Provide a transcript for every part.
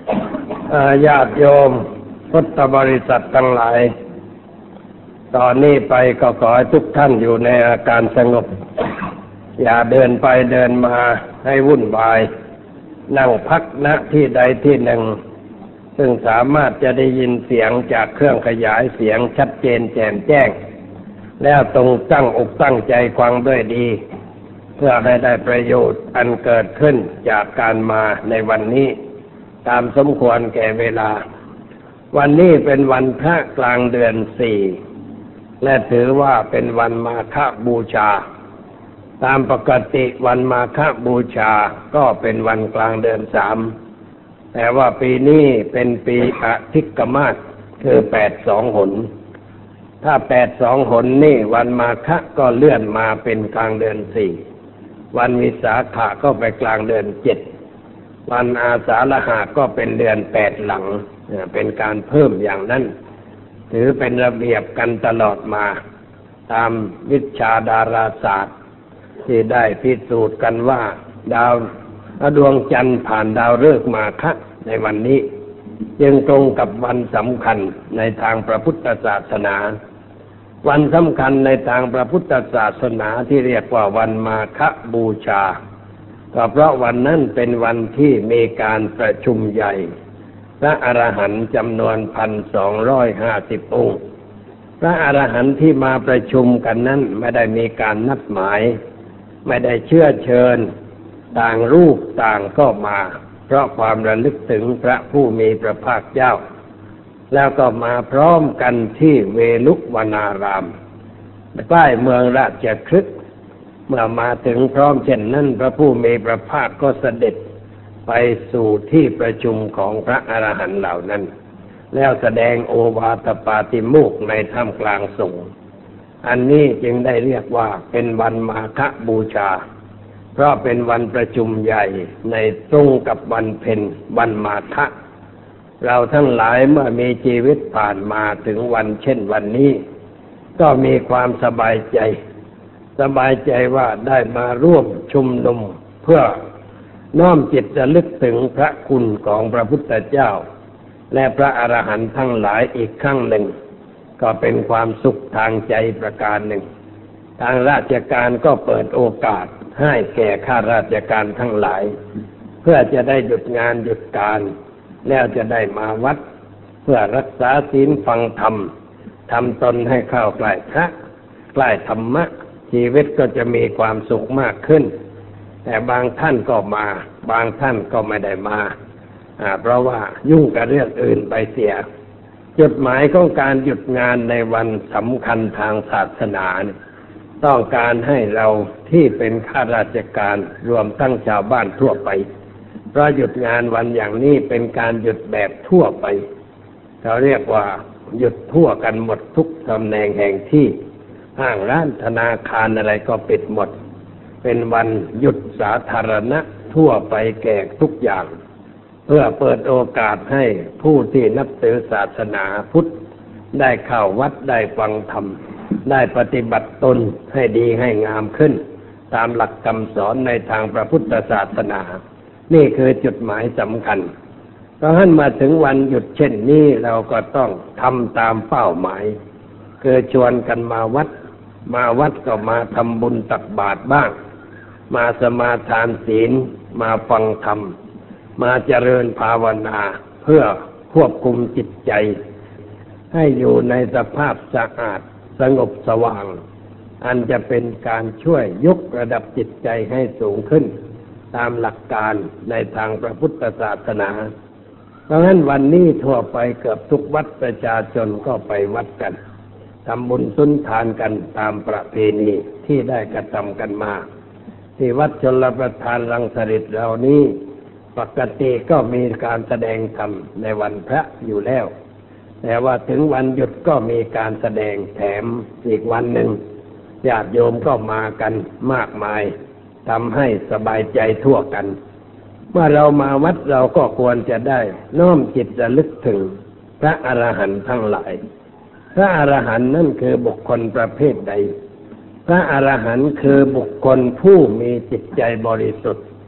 ญาติโยมพุทธบริษัททั้งหลายตอนนี้ไปก็ขอให้ทุกท่านอยู่ในอาการสงบอย่าเดินไปเดินมาให้วุ่นวายนั่งพักณที่ใดที่หนึ่งซึ่งสามารถจะได้ยินเสียงจากเครื่องขยายเสียงชัดเจนแจ่มแจ้งแล้วตรงตั้งอกตั้งใจฟังด้วยดีเพื่อให้ได้ประโยชน์อันเกิดขึ้นจากการมาในวันนี้ตามสมควรแก่เวลาวันนี้เป็นวันพระกลางเดือน4และถือว่าเป็นวันมาฆบูชาตามปกติวันมาฆบูชาก็เป็นวันกลางเดือน3แต่ว่าปีนี้เป็นปีอทิกมาสคือ8-2 หนถ้า8-2 หนนี่วันมาฆก็เลื่อนมาเป็นกลางเดือน4วันวิสาขะก็ไปกลางเดือน7วันอาสาฬหะก็เป็นเดือน8หลังเป็นการเพิ่มอย่างนั้นถือเป็นระเบียบกันตลอดมาตามวิชาดาราศาสตร์ที่ได้พิสูจน์กันว่าดวงจันทร์ผ่านดาวฤกษ์มาฆในวันนี้จึงตรงกับวันสำคัญในทางพระพุทธศาสนาวันสำคัญในทางพระพุทธศาสนาที่เรียกว่าวันมาฆบูชาก็เพราะวันนั้นเป็นวันที่มีการประชุมใหญ่พระอรหันต์จำนวน 1,250 องค์พระอรหันต์ที่มาประชุมกันนั้นไม่ได้มีการนัดหมายไม่ได้เชื้อเชิญต่างรูปต่างก็มาเพราะความระลึกถึงพระผู้มีพระภาคเจ้าแล้วก็มาพร้อมกันที่เวลุวนารามใกล้เมืองราชคฤห์เมื่อมาถึงพร้อมเช่นนั้นพระผู้มีพระภาคก็เสด็จไปสู่ที่ประชุมของพระอรหันต์เหล่านั้นแล้วแสดงโอวาทปาติโมกข์ในท่ามกลางสงฆ์อันนี้จึงได้เรียกว่าเป็นวันมาฆบูชาเพราะเป็นวันประชุมใหญ่ในตรงกับวันเพ็ญวันมาฆเราทั้งหลายเมื่อมีชีวิตผ่านมาถึงวันเช่นวันนี้ก็มีความสบายใจว่าได้มาร่วมชุมนุมเพื่อน้อมจิตระลึกถึงพระคุณของพระพุทธเจ้าและพระอรหันต์ทั้งหลายอีกครั้งหนึ่งก็เป็นความสุขทางใจประการหนึ่งทางราชการก็เปิดโอกาสให้แก่ข้าราชการทั้งหลายเพื่อจะได้หยุดงานหยุดการแล้วจะได้มาวัดเพื่อรักษาศีลฟังธรรมทำตนให้เข้าใกล้พระใกล้ธรรมะชีวิตก็จะมีความสุขมากขึ้นแต่บางท่านก็มาบางท่านก็ไม่ได้มาเพราะว่ายุ่งกับเรื่องอื่นไปเสียจุดหมายของการหยุดงานในวันสำคัญทางศาสนาต้องการให้เราที่เป็นข้าราชการรวมทั้งชาวบ้านทั่วไปเพราะหยุดงานวันอย่างนี้เป็นการหยุดแบบทั่วไปเขาเรียกว่าหยุดทั่วกันหมดทุกตำแหน่งแห่งที่ห้างร้านธนาคารอะไรก็ปิดหมดเป็นวันหยุดสาธารณะทั่วไปแก่ทุกอย่างเพื่อเปิดโอกาสให้ผู้ที่นับถือศาสนาพุทธได้เข้าวัดได้ฟังธรรมได้ปฏิบัติตนให้ดีให้งามขึ้นตามหลักคำสอนในทางพระพุทธศาสนานี่คือจุดหมายสำคัญเพราะฉะนั้นมาถึงวันหยุดเช่นนี้เราก็ต้องทำตามเป้าหมายคือชวนกันมาวัดก็มาทำบุญตักบาตรบ้างมาสมาทานศีลมาฟังธรรมมาเจริญภาวนาเพื่อควบคุมจิตใจให้อยู่ในสภาพสะอาดสงบสว่างอันจะเป็นการช่วยยกระดับจิตใจให้สูงขึ้นตามหลักการในทางพระพุทธศาสนาเพราะฉะนั้นวันนี้ทั่วไปเกือบทุกวัดประชาชนก็ไปวัดกันทำบุญสุนทานกันตามประเพณีที่ได้กระทำกันมาที่วัดชลประทานรังสฤษเหล่านี้ปกติก็มีการแสดงธรรมในวันพระอยู่แล้วแต่ว่าถึงวันหยุดก็มีการแสดงแถมอีกวันหนึ่งญาติโยมก็มากันมากมายทำให้สบายใจทั่วกันเมื่อเรามาวัดเราก็ควรจะได้น้อมจิตระลึกถึงพระอรหันต์ทั้งหลายพระอรหันต์นั่นคือบุคคลประเภทใดพระอรหันต์คือบุคคลผู้มีจิตใจบริสุทธิ์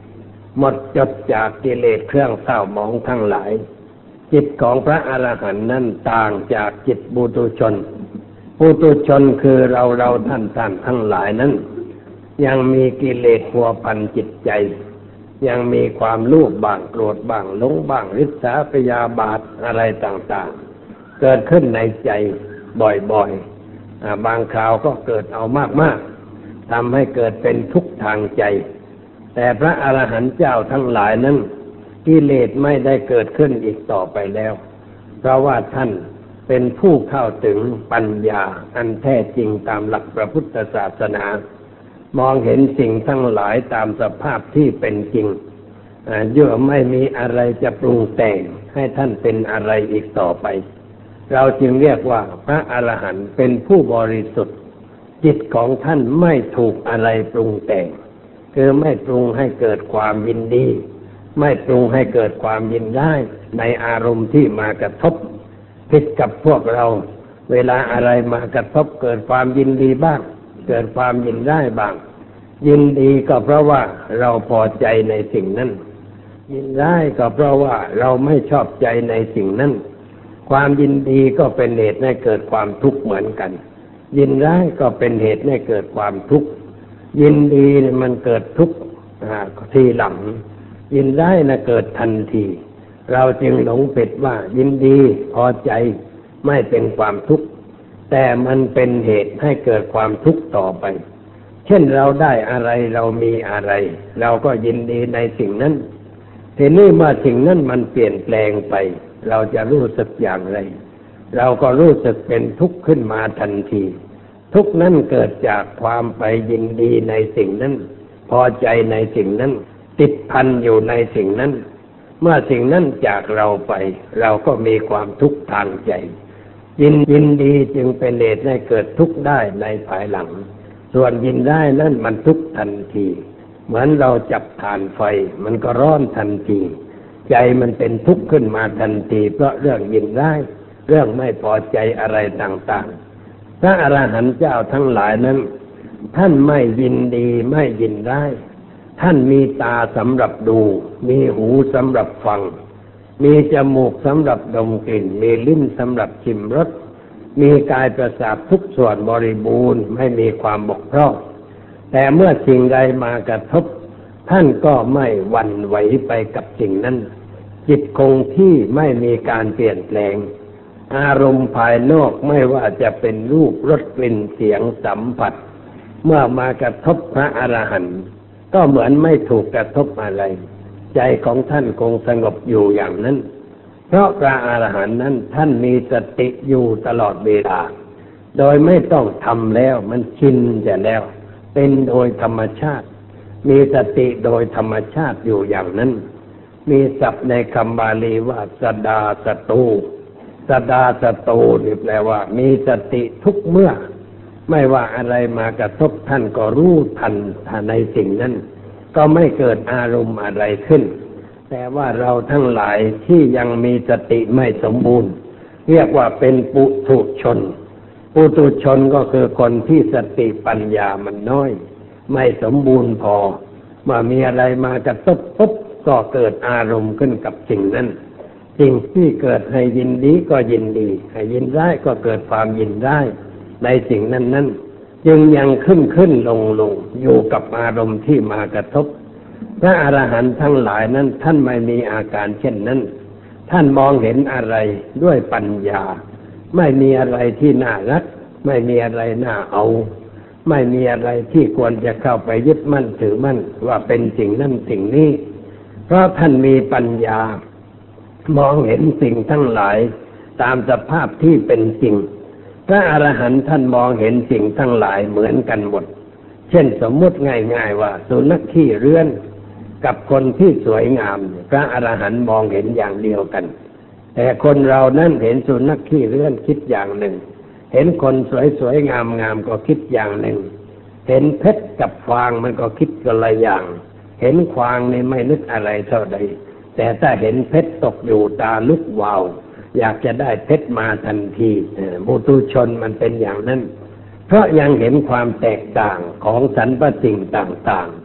หมดจดจากกิเลสเครื่องเศร้าหมองทั้งหลายจิตของพระอรหันต์นั้นต่างจากจิตปุถุชนปุถุชนคือเราท่านทั้งหลายนั้นยังมีกิเลสพัวพันจิตใจยังมีความโลภบ้างโกรธบ้างหลงบ้างริษยาพยาบาทอะไรต่างๆเกิดขึ้นในใจบ่อยๆบางคราวก็เกิดเอามากๆทำให้เกิดเป็นทุกข์ทางใจแต่พระอรหันต์เจ้าทั้งหลายนั้นกิเลสไม่ได้เกิดขึ้นอีกต่อไปแล้วเพราะว่าท่านเป็นผู้เข้าถึงปัญญาอันแท้จริงตามหลักพระพุทธศาสนามองเห็นสิ่งทั้งหลายตามสภาพที่เป็นจริงย่อมไม่มีอะไรจะปรุงแต่งให้ท่านเป็นอะไรอีกต่อไปเราจึงเรียกว่าพระอรหันต์เป็นผู้บริสุทธิ์จิตของท่านไม่ถูกอะไรปรุงแต่งคือไม่ปรุงให้เกิดความยินดีไม่ปรุงให้เกิดความยินร้ายในอารมณ์ที่มากระทบผิดกับพวกเราเวลาอะไรมากระทบเกิดความยินดีบ้างเกิดความยินร้ายบ้างยินดีก็เพราะว่าเราพอใจในสิ่งนั้นยินร้ายก็เพราะว่าเราไม่ชอบใจในสิ่งนั้นความยินดีก็เป็นเหตุให้เกิดความทุกข์เหมือนกันยินร้ายก็เป็นเหตุให้เกิดความทุกข์ยินดีมันเกิดทุกข์ทีหลังยินร้ายนะเกิดทันทีเราจึงหลงผิดว่ายินดีพอใจไม่เป็นความทุกข์แต่มันเป็นเหตุให้เกิดความทุกข์ต่อไปเช่นเราได้อะไรเรามีอะไรเราก็ยินดีในสิ่งนั้นทีนี้เมื่อสิ่งนั้นมันเปลี่ยนแปลงไปเราจะรู้สึกอย่างไรเราก็รู้สึกเป็นทุกข์ขึ้นมาทันทีทุกข์นั้นเกิดจากความไปยินดีในสิ่งนั้นพอใจในสิ่งนั้นติดพันอยู่ในสิ่งนั้นเมื่อสิ่งนั้นจากเราไปเราก็มีความทุกข์ทางใจยินดีจึงเป็นเหตุให้เกิดทุกข์ได้ในภายหลังส่วนยินได้นั่นมันทุกข์ทันทีเหมือนเราจับถ่านไฟมันก็ร้อนทันทีใจมันเป็นทุกข์ขึ้นมาทันทีเพราะเรื่องยินได้เรื่องไม่พอใจอะไรต่างๆพระอรหันต์เจ้าทั้งหลายนั้นท่านไม่ยินดีไม่ยินได้ท่านมีตาสำหรับดูมีหูสำหรับฟังมีจมูกสำหรับดมกลิ่นมีลิ้นสำหรับชิมรสมีกายประสาททุกส่วนบริบูรณ์ไม่มีความบกพร่องแต่เมื่อสิ่งใดมากระทบท่านก็ไม่หวั่นไหวไปกับสิ่งนั้นจิตคงที่ไม่มีการเปลี่ยนแปลงอารมณ์ภายนอกไม่ว่าจะเป็นรูปรสกลิ่นเสียงสัมผัสเมื่อมากระทบพระอรหันต์ก็เหมือนไม่ถูกกระทบอะไรใจของท่านคงสงบอยู่อย่างนั้นเพราะพระอรหันต์นั้นท่านมีสติอยู่ตลอดเวลาโดยไม่ต้องทำแล้วมันชินจะแล้วเป็นโดยธรรมชาติมีสติโดยธรรมชาติอยู่อย่างนั้นมีศัพท์ในคำบาลีว่าสดาสตูสดาสตูนี่แปลว่ามีสติทุกเมื่อไม่ว่าอะไรมากระทบท่านก็รู้ทันในสิ่งนั้นก็ไม่เกิดอารมณ์อะไรขึ้นแต่ว่าเราทั้งหลายที่ยังมีสติไม่สมบูรณ์เรียกว่าเป็นปุถุชนปุถุชนก็คือคนที่สติปัญญามันน้อยไม่สมบูรณ์พอเมื่อมีอะไรมากระทบปุ๊บก็เกิดอารมณ์ขึ้นกับสิ่งนั้นสิ่งที่เกิดให้ยินดีก็ยินดีให้ยินร้ายก็เกิดความยินร้ายในสิ่งนั้นจึงยังขึ้นลงอยู่กับอารมณ์ที่มากระทบพระอรหันต์ทั้งหลายนั้นท่านไม่มีอาการเช่นนั้นท่านมองเห็นอะไรด้วยปัญญาไม่มีอะไรที่น่ารักไม่มีอะไรน่าเอาไม่มีอะไรที่ควรจะเข้าไปยึดมั่นถือมั่นว่าเป็นสิ่งนั้นสิ่งนี้เพราะท่านมีปัญญามองเห็นสิ่งทั้งหลายตามสภาพที่เป็นจริงพระอรหันต์ท่านมองเห็นสิ่งทั้งหลายเหมือนกันหมดเช่นสมมุติง่ายๆว่าสุนัขขี้เรื้อนกับคนที่สวยงามพระอรหันต์มองเห็นอย่างเดียวกันแต่คนเรานั้นเห็นสุนัขขี้เรื้อนคิดอย่างหนึ่งเห็นคนสวยๆงามๆก็คิดอย่างหนึ่งเห็นเพชรกับฟางมันก็คิดคนละอย่างเห็นควางนี่ไม่นึกอะไรเท่าใดแต่ถ้าเห็นเพชรตกอยู่ตาลุกวาวอยากจะได้เพชรมาทันทีปุถุชนมันเป็นอย่างนั้นเพราะยังเห็นความแตกต่างของสรรพสิ่งต่างๆ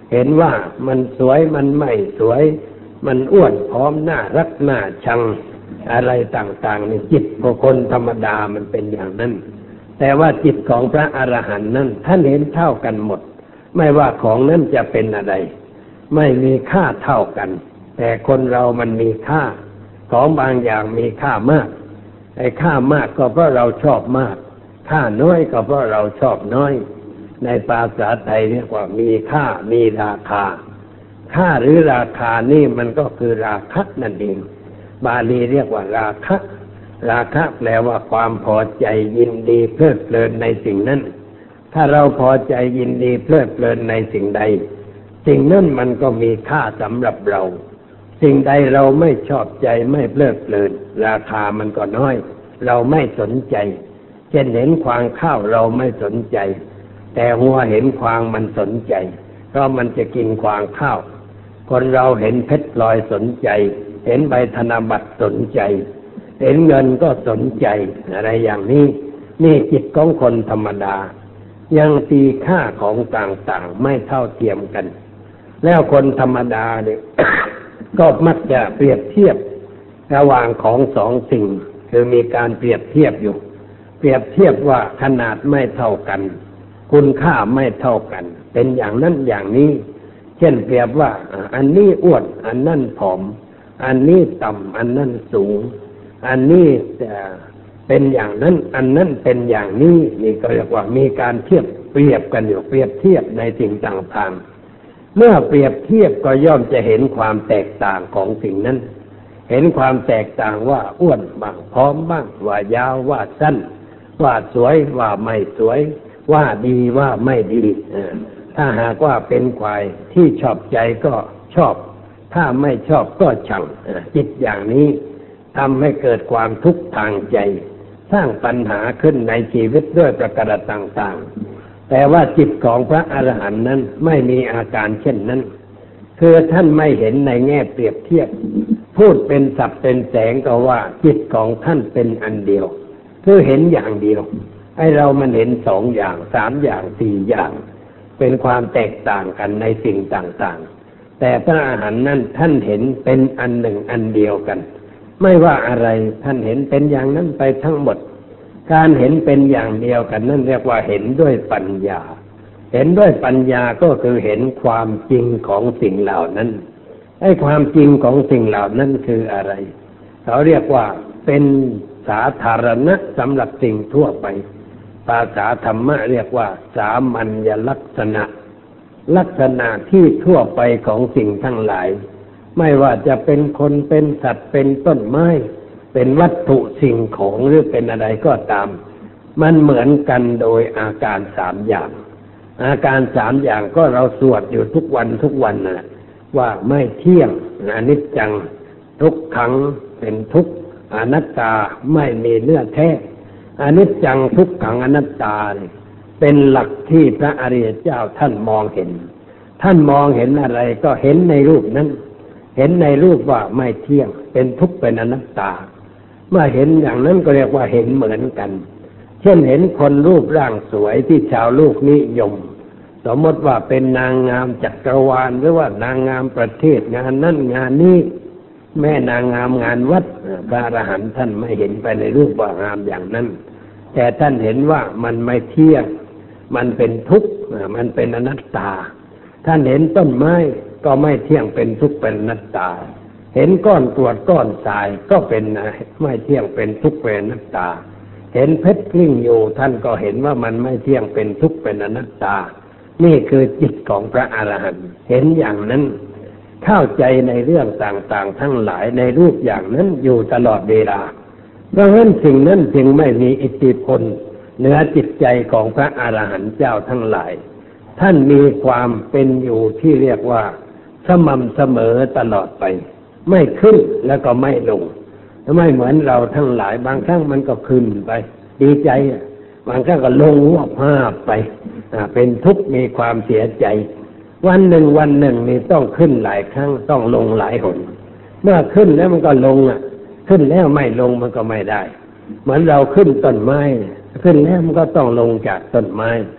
เห็นว่ามันสวยมันไม่สวยมันอ้วนผอมน่ารักน่าชังอะไรต่างๆนี่จิตของคนธรรมดามันเป็นอย่างนั้นแต่ว่าจิตของพระอรหันต์นั้นท่านเห็นเท่ากันหมดไม่ว่าของนั้นจะเป็นอะไรไม่มีค่าเท่ากันแต่คนเรามันมีค่าของบางอย่างมีค่ามากไอ้ค่ามากก็เพราะเราชอบมากค่าน้อยก็เพราะเราชอบน้อยในภาษาไทยเรียกว่ามีค่ามีราคาค่าหรือราคานี่มันก็คือราคะนั่นเองบาลีเรียกว่าราคะราคะแปลว่าความพอใจยินดีเพลิดเพลินในสิ่งนั้นถ้าเราพอใจยินดีเพลิดเพลินในสิ่งใดสิ่งนั้นมันก็มีค่าสำหรับเราสิ่งใดเราไม่ชอบใจไม่เพลิดเพลินราคามันก็น้อยเราไม่สนใจเช่นเห็นควางข้าวเราไม่สนใจแต่วัวเห็นควางมันสนใจเพราะมันจะกินควางข้าวคนเราเห็นเพชรพลอยสนใจเห็นใบธนบัตรสนใจเห็นเงินก็สนใจอะไรอย่างนี้นี่จิตของคนธรรมดายังตีค่าของต่างๆไม่เท่าเทียมกันแล้วคนธรรมดาเนี่ย ก็มักจะเปรียบเทียบระหว่างของสองสิ่งคือมีการเปรียบเทียบอยู่เปรียบเทียบว่าขนาดไม่เท่ากันคุณค่าไม่เท่ากันเป็นอย่างนั้นอย่างนี้เช่นเปรียบว่าอันนี้อ้วนอันนั้นผอมอันนี้ต่ำอันนั้นสูงอันนี้เป็นอย่างนั้นอันนั้นเป็นอย่างนี้นี่ก็เรียกว่ามีการเทียบเปรียบกันอยู่เปรียบเทียบในสิ่งต่างๆเมื่อเปรียบเทียบก็ย่อมจะเห็นความแตกต่างของสิ่งนั้นเห็นความแตกต่างว่าอ้วนบ้างผอมบ้างว่ายาวว่าสั้นว่าสวยว่าไม่สวยว่าดีว่าไม่ดีถ้าหากว่าเป็นควายที่ชอบใจก็ชอบถ้าไม่ชอบก็ชังจิตอย่างนี้ทำให้เกิดความทุกข์ทางใจสร้างปัญหาขึ้นในชีวิตด้วยประการต่างๆแต่ว่าจิตของพระอรหันต์นั้นไม่มีอาการเช่นนั้นคือท่านไม่เห็นในแง่เปรียบเทียบพูดเป็นศัพท์เป็นแสงก็ว่าจิตของท่านเป็นอันเดียวคือเห็นอย่างเดียวให้เรามันเห็นสองอย่างสามอย่างสี่อย่างเป็นความแตกต่างกันในสิ่งต่างๆแต่พระอรหันต์นั้นท่านเห็นเป็นอันหนึ่งอันเดียวกันไม่ว่าอะไรท่านเห็นเป็นอย่างนั้นไปทั้งหมดการเห็นเป็นอย่างเดียวกันนั่นเรียกว่าเห็นด้วยปัญญาเห็นด้วยปัญญาก็คือเห็นความจริงของสิ่งเหล่านั้นไอ้ความจริงของสิ่งเหล่านั้นคืออะไรเขาเรียกว่าเป็นสาธารณะสำหรับสิ่งทั่วไปภาษาธรรมะเรียกว่าสามัญลักษณะลักษณะที่ทั่วไปของสิ่งทั้งหลายไม่ว่าจะเป็นคนเป็นสัตว์เป็นต้นไม้เป็นวัตถุสิ่งของหรือเป็นอะไรก็ตามมันเหมือนกันโดยอาการสามอย่างอาการสามอย่างก็เราสวดอยู่ทุกวันนะว่าไม่เที่ยงอนิจจังทุกขังเป็นทุกข์อนัตตาไม่มีเนื้อแท้อนิจจังทุกขังอนัตตาเป็นหลักที่พระอริยเจ้าท่านมองเห็นท่านมองเห็นอะไรก็เห็นในรูปนั้นเห็นในรูปว่าไม่เที่ยงเป็นทุกข์เป็นอนัตตาเมื่อเห็นอย่างนั้นก็เรียกว่าเห็นเหมือนกันเช่นเห็นคนรูปร่างสวยที่ชาวโลกนิยมสมมติว่าเป็นนางงามจักรวาลหรือว่านางงามประเทศงานนั้นงานนี้แม่นางงามงานวัดพระอรหันต์ท่านไม่เห็นไปในรูปว่างามอย่างนั้นแต่ท่านเห็นว่ามันไม่เที่ยงมันเป็นทุกข์มันเป็นอนัตตาท่านเห็นต้นไม้ก็ไม่เที่ยงเป็นทุกข์เป็นอนัตตาเห็นก้อนกรวดก้อนทรายก็เป็นไม่เที่ยงเป็นทุกข์เป็นอนัตตาเห็นเพชรกลิ้งอยู่ท่านก็เห็นว่ามันไม่เที่ยงเป็นทุกข์เป็นอนัตตานี่คือจิตของพระอรหันต์เห็นอย่างนั้นเข้าใจในเรื่องต่างๆทั้งหลายในรูปอย่างนั้นอยู่ตลอดเวลาเพราะฉะนั้นสิ่งนั้นจึงไม่มีอิทธิพลเหนือจิตใจของพระอรหันต์เจ้าทั้งหลายท่านมีความเป็นอยู่ที่เรียกว่าสม่ำเสมอตลอดไปไม่ขึ้นแล้วก็ไม่ลงไม่เหมือนเราทั้งหลายบางครั้งมันก็ขึ้นไปดีใจบางครั้งก็ลงว่าภาพไปเป็นทุกข์มีความเสียใจวันหนึ่งนี่ต้องขึ้นหลายครั้งต้องลงหลายหนเมื่อขึ้นแล้วมันก็ลงขึ้นแล้วไม่ลงมันก็ไม่ได้เหมือนเราขึ้นต้นไม้ขึ้นแล้วมันก็ต้องลงจากต้นไม้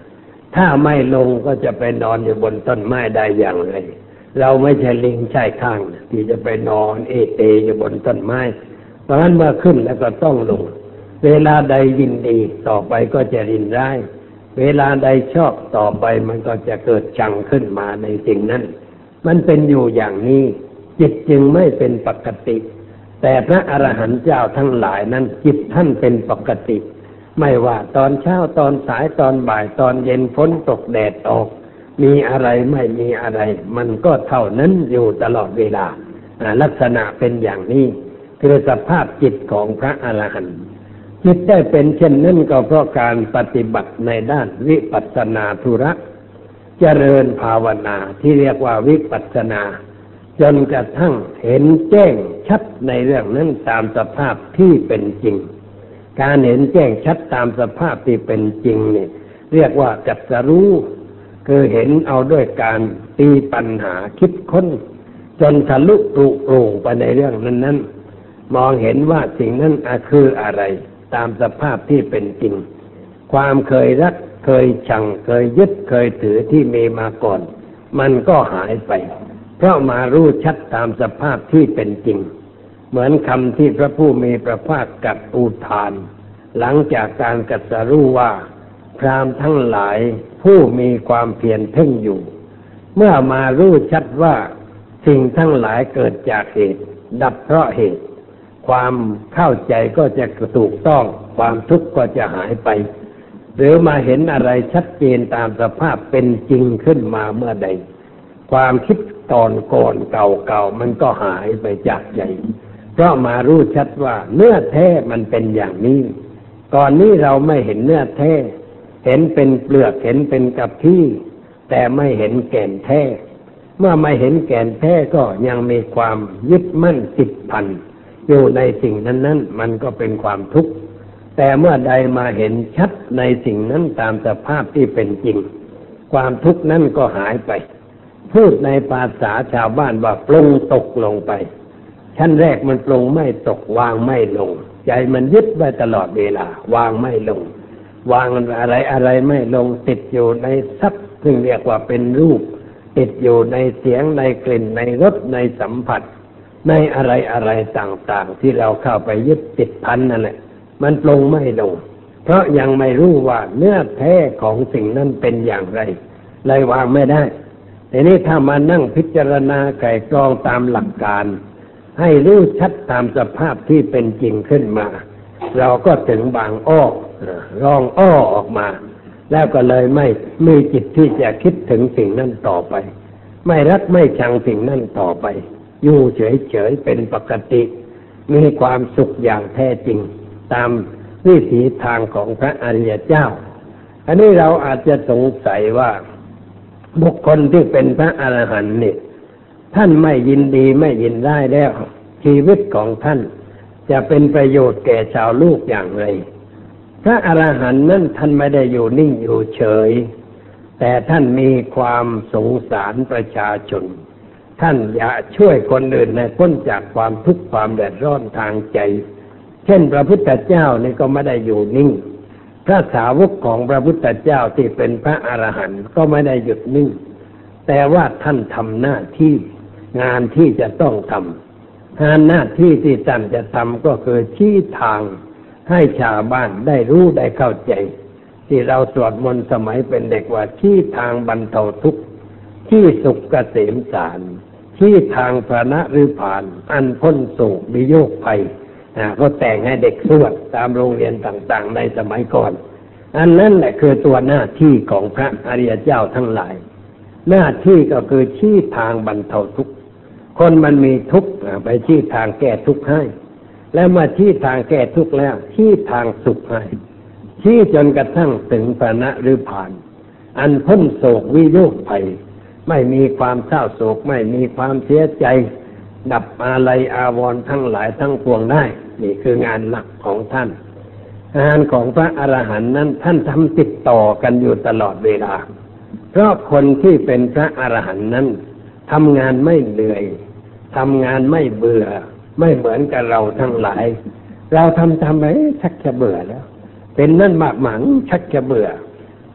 ถ้าไม่ลงก็จะไปนอนอยู่บนต้นไม้ได้อย่างไรเราไม่ใช่ลิงใช่ข้างที่จะไปนอนเอเตอยู่บนต้นไม้เพราะฉะนั้นเมื่อขึ้นแล้วก็ต้องลงเวลาใดยินดีต่อไปก็จะยินร้ายเวลาใดชอบต่อไปมันก็จะเกิดชังขึ้นมาในสิ่งนั้นมันเป็นอยู่อย่างนี้จิตจึงไม่เป็นปกติแต่พระอรหันต์เจ้าทั้งหลายนั้นจิตท่านเป็นปกติไม่ว่าตอนเช้าตอนสายตอนบ่ายตอนเย็นฝนตกแดดออกมีอะไรไม่มีอะไรมันก็เท่านั้นอยู่ตลอดเวลาลักษณะเป็นอย่างนี้คือสภาพจิตของพระอรหันต์จิตได้เป็นเช่นนั้นก็เพราะการปฏิบัติในด้านวิปัสสนาธุระเจริญภาวนาที่เรียกว่าวิปัสสนาจนกระทั่งเห็นแจ้งชัดในเรื่องนั้นตามสภาพที่เป็นจริงการเห็นแจ้งชัดตามสภาพที่เป็นจริงนี่เรียกว่าตรัสรู้คือเห็นเอาด้วยการตีปัญหาคิดค้นจนทะลุปลุกโปร่งไปในเรื่องนั้นมองเห็นว่าสิ่งนั้นคืออะไรตามสภาพที่เป็นจริงความเคยรักเคยชังเคยยึดเคยถือที่มีมาก่อนมันก็หายไปเพราะมารู้ชัดตามสภาพที่เป็นจริงเหมือนคำที่พระผู้มีพระภาคตรัสอุทานหลังจากการตรัสรู้ว่าพราหมณ์ทั้งหลายผู้มีความเพียรเพ่งอยู่เมื่อมารู้ชัดว่าสิ่งทั้งหลายเกิดจากเหตุดับเพราะเหตุความเข้าใจก็จะถูกต้องความทุกข์ก็จะหายไปหรือมาเห็นอะไรชัดเจนตามสภาพเป็นจริงขึ้นมาเมื่อใดความคิดตอนก่อนเก่าๆมันก็หายไปจากใจเพราะมารู้ชัดว่าเนื้อแท้มันเป็นอย่างนี้ก่อนนี้เราไม่เห็นเนื้อแท้เห็นเป็นเปลือกเห็นเป็นกับที่แต่ไม่เห็นแก่นแท้เมื่อไม่เห็นแก่นแท้ก็ยังมีความยึดมั่นติดพันอยู่ในสิ่งนั้นมันก็เป็นความทุกข์แต่เมื่อใดมาเห็นชัดในสิ่งนั้นตามสภาพที่เป็นจริงความทุกข์นั้นก็หายไปพูดในภาษาชาวบ้านว่าปลงตกลงไปชั้นแรกมันปลงไม่ตกวางไม่ลงใจมันยึดไว้ตลอดเวลาวางไม่ลงวางอะไรไม่ลงติดอยู่ในทรัพย์ซึ่งเรียกว่าเป็นรูปติดอยู่ในเสียงในกลิ่นในรสในสัมผัสในอะไรต่างๆที่เราเข้าไปยึดติดพันนั่นแหละมันปลงไม่ลงเพราะยังไม่รู้ว่าเนื้อแท้ของสิ่งนั้นเป็นอย่างไรเลยวางไม่ได้ทีนี้ถ้ามานั่งพิจารณาไก่กรองตามหลักการให้รู้ชัดตามสภาพที่เป็นจริงขึ้นมาเราก็ถึงบางอ้อรองอ้อออกมาแล้วก็เลยไม่มีจิตที่จะคิดถึงสิ่งนั้นต่อไปไม่รักไม่ชังสิ่งนั้นต่อไปอยู่เฉยๆเป็นปกติมีความสุขอย่างแท้จริงตามวิถีทางของพระอริยเจ้าอันนี้เราอาจจะสงสัยว่าบุคคลที่เป็นพระอรหันต์นี่ท่านไม่ยินดีไม่ยินได้แล้วชีวิตของท่านจะเป็นประโยชน์แก่ชาวลูกอย่างไรพระอรหันต์นั้นท่านไม่ได้อยู่นิ่งอยู่เฉยแต่ท่านมีความสงสารประชาชนท่านอยากช่วยคนอื่นให้พ้นจากความทุกข์ความเดือดร้อนทางใจเช่นพระพุทธเจ้านี่ก็ไม่ได้อยู่นิ่งพระสาวกของพระพุทธเจ้าที่เป็นพระอรหันต์ก็ไม่ได้หยุดนิ่งแต่ว่าท่านทำหน้าที่งานที่จะต้องทำงานหน้าที่ที่ท่านจะทำก็คือชี้ทางให้ชาวบ้านได้รู้ได้เข้าใจที่เราสวดมนต์สมัยเป็นเด็กว่าชี้ทางบรรเทาทุกข์ชี้สุขเกษมสารชี้ทางพระนะหรือผ่านอันพ้นโศกวิโยคภัยก็แต่งให้เด็กสวดตามโรงเรียนต่างๆในสมัยก่อนอันนั้นแหละคือตัวหน้าที่ของพระอริยเจ้าทั้งหลายหน้าที่ก็คือชี้ทางบรรเทาทุกข์คนมันมีทุกข์ไปชี้ทางแก้ทุกข์ให้แล้วมาชี้ทางแก้ทุกข์แล้วชี้ทางสุขให้ชี้จนกระทั่งถึงพระนะหรือผ่านอันพ้นโศกวิโยคภัยไม่มีความเศร้าโศกไม่มีความเสียใจดับอาลัยอาวรณ์ทั้งหลายทั้งปวงได้นี่คืองานหลักของท่านงานของพระอรหันต์นั้นท่านทำติดต่อกันอยู่ตลอดเวลาเพราะคนที่เป็นพระอรหันต์นั้นทำงานไม่เหนื่อยทำงานไม่เบื่อไม่เหมือนกับเราทั้งหลายเราทำไปชักจะเบื่อแล้วเป็นนั่นมากหมังชักจะเบื่อ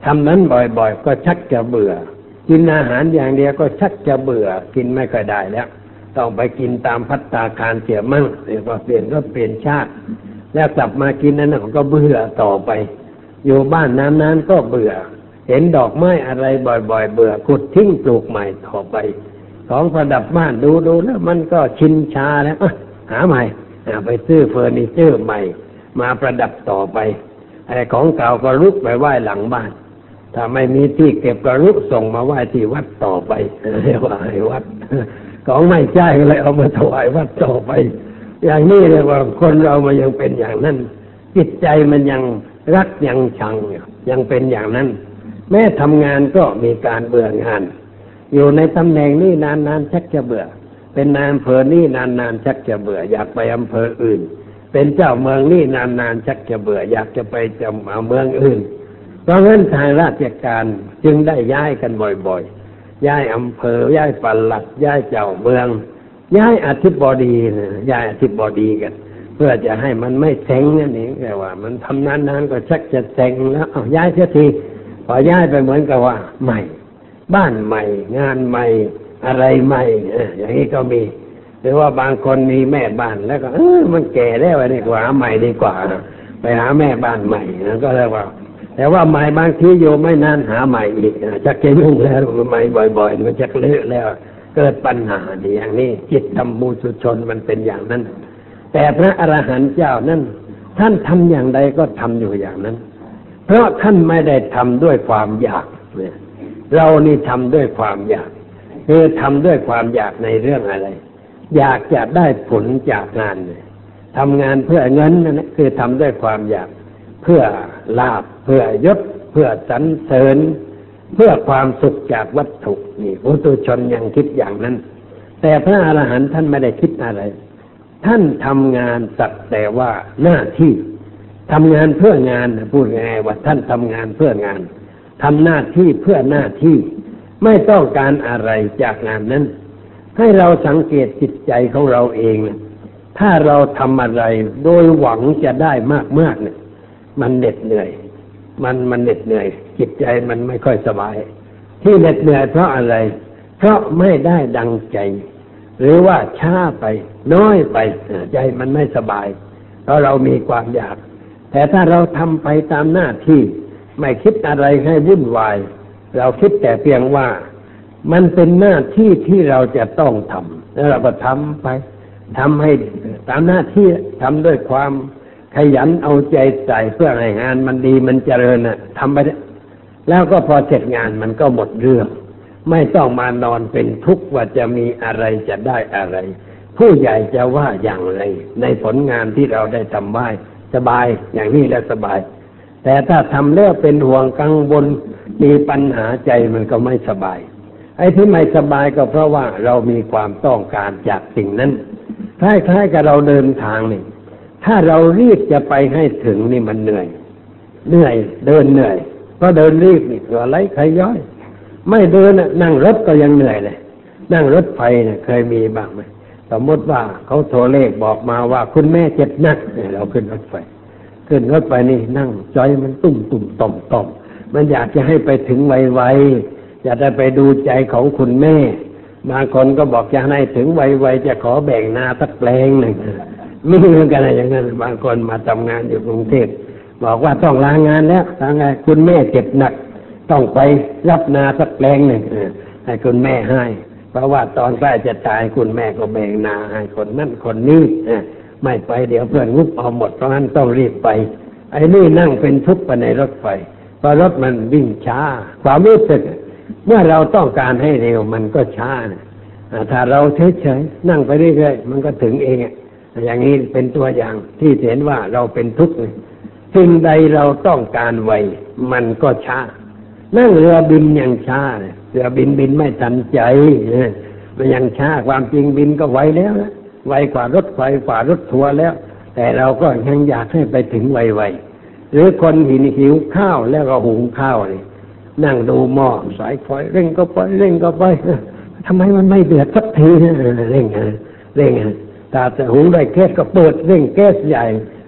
ทำนั้นบ่อยๆก็ชักจะเบื่อกินอาหารอย่างเดียวก็ชักจะเบื่อกินไม่ค่อยได้แล้วต้องไปกินตามภัตตาคารเสียมั่งเรียกว่าเปลี่ยนก็เปลี่ยนชาติแล้วกลับมากินนั้นก็เบื่อต่อไปอยู่บ้านนานๆก็เบื่อเห็นดอกไม้อะไรบ่อยๆเบื่อขุดทิ้งปลูกใหม่ต่อไปของประดับบ้านดูแล้วมันก็ชินชาแล้วหาใหม่ไปซื้อเฟอร์นิเจอร์ใหม่มาประดับต่อไปไอ้ของเก่าก็ลุกไปไหว้หลังบ้านถ้าไม่มีที่เก็บก็ลุกส่งมาไหว้ที่วัดต่อไปเรียกว่าให้วัดของไม่ใช่ก็เลยเอามาถวายวัดต่อไปอย่างนี้เรียกว่าคนเรามันยังเป็นอย่างนั้นจิตใจมันยังรักยังชังยังเป็นอย่างนั้นแม้ทำงานก็มีการเบื่องานอยู่ในตำแหน่งนี้นานๆชักจะเบื่อเป็นนายอำเภอนี่นานๆชักจะเบื่ออยากไปอำเภออื่นเป็นเจ้าเมืองนี่นานๆชักจะเบื่ออยากจะไปเจ้าเมืองอื่นเพราะงั้นทางราชการจึงได้ย้ายกันบ่อยๆย้ายอำเภอย้ายปลัดย้ายเจ้าเมืองย้ายอธิบดีนะย้ายอธิบดีกันเพื่อจะให้มันไม่เซ็งนั่นเองแต่ว่ามันทำนานๆก็ชักจะเซ็งแล้วย้ายเสียทีพอย้ายไปเหมือนกับว่าใหม่บ้านใหม่งานใหม่อะไรใหม่อย่างนี้ก็มีหรือว่าบางคนมีแม่บ้านแล้วก็มันแก่แล้วนี่กว่าหาใหม่ดีกว่าไปหาแม่บ้านใหม่นะก็เรียกว่าแต่ว่าใหม่บางทีอยู่ไม่นานหาใหม่อีกชักจะยุ่งแล้วใหม่บ่อยๆมันชักเลอะแล้วเกิดปัญหาอย่างนี้จิตธรรมมุสุชนมันเป็นอย่างนั้นแต่พระอรหันต์เจ้านั้นท่านทำอย่างใดก็ทำอยู่อย่างนั้นเพราะท่านไม่ได้ทำด้วยความอยากเรานี่ทำด้วยความอยากคือทำด้วยความอยากในเรื่องอะไรอยากจะได้ผลจากงานทำงานเพื่อเงินนั่นคือทำด้วยความอยากเพื่อลาภเพื่อยศเพื่อสรรเสริญเพื่อความสุขจากวัตถุนี่ปุถุชนยังคิดอย่างนั้นแต่พระอรหันต์ท่านไม่ได้คิดอะไรท่านทำงานสักแต่ว่าหน้าที่ทำงานเพื่องานพูดง่ายๆว่าท่านทำงานเพื่องานทำหน้าที่เพื่อหน้าที่ไม่ต้องการอะไรจากงานนั้นให้เราสังเกตจิตใจของเราเองถ้าเราทำอะไรโดยหวังจะได้มากๆเนี่ยมันเหน็ดเหนื่อยมันเหน็ดเหนื่อยจิตใจมันไม่ค่อยสบายที่เหน็ดเหนื่อยเพราะอะไรเพราะไม่ได้ดังใจหรือว่าช้าไปน้อยไปใจมันไม่สบายเพราะเรามีความอยากแต่ถ้าเราทำไปตามหน้าที่ไม่คิดอะไรให้วุ่นวายเราคิดแต่เพียงว่ามันเป็นหน้าที่ที่เราจะต้องทำแล้วเราก็ทำไปทำให้ตามหน้าที่ทำด้วยความขยันเอาใจใส่เพื่อให้งานมันดีมันเจริญทำไปแล้วก็พอเสร็จงานมันก็หมดเรื่องไม่ต้องมานอนเป็นทุกข์ว่าจะมีอะไรจะได้อะไรผู้ใหญ่จะว่าอย่างไรในผลงานที่เราได้ทำไว้สบายอย่างนี้แล้วสบายแต่ถ้าทำแล้วเป็นห่วงกังวลมีปัญหาใจมันก็ไม่สบายไอ้ที่ไม่สบายก็เพราะว่าเรามีความต้องการจากสิ่งนั้นคล้ายๆกับเราเดินทางนี่ถ้าเรารีบจะไปให้ถึงนี่มันเหนื่อยเดินเหนื่อยเพราะเดินรีบนี่ก็ไร้ใครย่อยไม่เดินนั่งรถก็ยังเหนื่อยเลยนั่งรถไฟเนี่ยเคยมีบ้างไหมสมมติว่าเขาโทรเลขบอกมาว่าคุณแม่เจ็บหนักเราขึ้นรถไฟนี่นั่งใจมันตุ่มต่อมมันอยากจะให้ไปถึงไวๆอยากจะไปดูใจของคุณแม่บางคนก็บอกจะให้ถึงไวๆจะขอแบ่งนาสักแปลงหนึ่งมีเหมือนกันอะไรอย่างนั้นบางคนมาทำงานอยู่กรุงเทพบอกว่าต้องลางานแล้วทางไงคุณแม่เจ็บหนักต้องไปรับนาสักแปลงหนึ่งให้คุณแม่ให้เพราะว่าตอนใกล้จะตายคุณแม่ก็แบ่งนาให้คนนั่นคนนี้ไม่ไปเดี๋ยวเพื่อนงุบเอาหมดเพราะงั้นต้องรีบไปไอ้นี่นั่งเป็นทุกข์ไปในรถไฟเพราะรถมันวิ่งช้าความรู้สึกเมื่อเราต้องการให้เร็วมันก็ช้านะถ้าเราเฉยๆนั่งไปเรื่อยๆมันก็ถึงเองอย่างนี้เป็นตัวอย่างที่เห็นว่าเราเป็นทุกข์สิ่งใดเราต้องการไวมันก็ช้านั่งเรือบินยังช้าเรือบินไม่ทันใจมันยังช้าความจริงบินก็ไวแล้วไวกว่ารถไฟกว่ารถทัวร์แล้วแต่เราก็ยังอยากให้ไปถึงไวๆหรือคนหิวข้าวแล้วก็หุงข้าวนี่นั่งดูหม้อสายไฟเร่งก็ไปทำไมมันไม่เดือดสักทีเร่งถ้าจะหุงด้วยแก๊สก็เปิดเร่งแก๊สใหญ่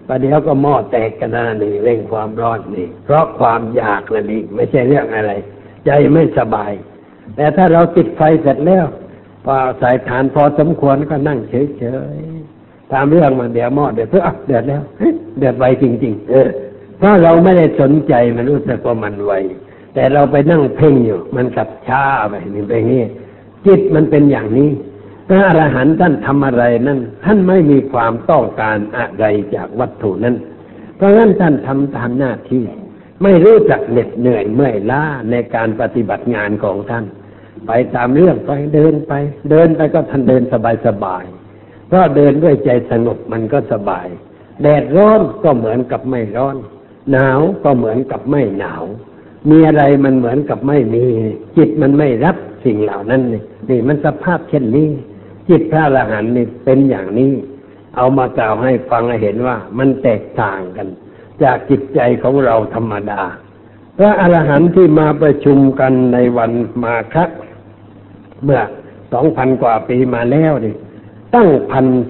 ประเดี๋ยวก็หม้อแตกกันนี่เร่งความร้อนนี่เพราะความอยากนั่นนี่ไม่ใช่เรื่องอะไรใจไม่สบายแต่ถ้าเราติดไฟเสร็จแล้วพอใส่ฐานพอสมควรก็นั่งเฉยๆตามเรื่องมันเดี๋ยวหม้อเดือดเดือดแล้วเดือดไวจริงๆเพราะเราไม่ได้สนใจมันรู้สึกว่ามันไวแต่เราไปนั่งเพ่งอยู่มันกลับช้าไปนี่เป็นอย่างนี้จิตมันเป็นอย่างนี้พระอรหันต์ท่านทำอะไรนั่นท่านไม่มีความต้องการอะไรจากวัตถุนั้นเพราะงั้นท่านทำตามหน้าที่ไม่รู้จักเหน็ดเหนื่อยเมื่อยล้าในการปฏิบัติงานของท่านไปตามเรื่องไปเดินไปก็ท่านเดินสบายเพราะเดินด้วยใจสงบมันก็สบายแดดร้อนก็เหมือนกับไม่ร้อนหนาวก็เหมือนกับไม่หนาวมีอะไรมันเหมือนกับไม่มีจิตมันไม่รับสิ่งเหล่านั้นนี่มันสภาพเช่นนี้จิตพระอรหันต์นี่เป็นอย่างนี้เอามากล่าวให้ฟังให้เห็นว่ามันแตกต่างกันจากจิตใจของเราธรรมดาพระอรหันต์ที่มาประชุมกันในวันมาฆะเมื่อ 2,000 กว่าปีมาแล้วนี่ตั้ง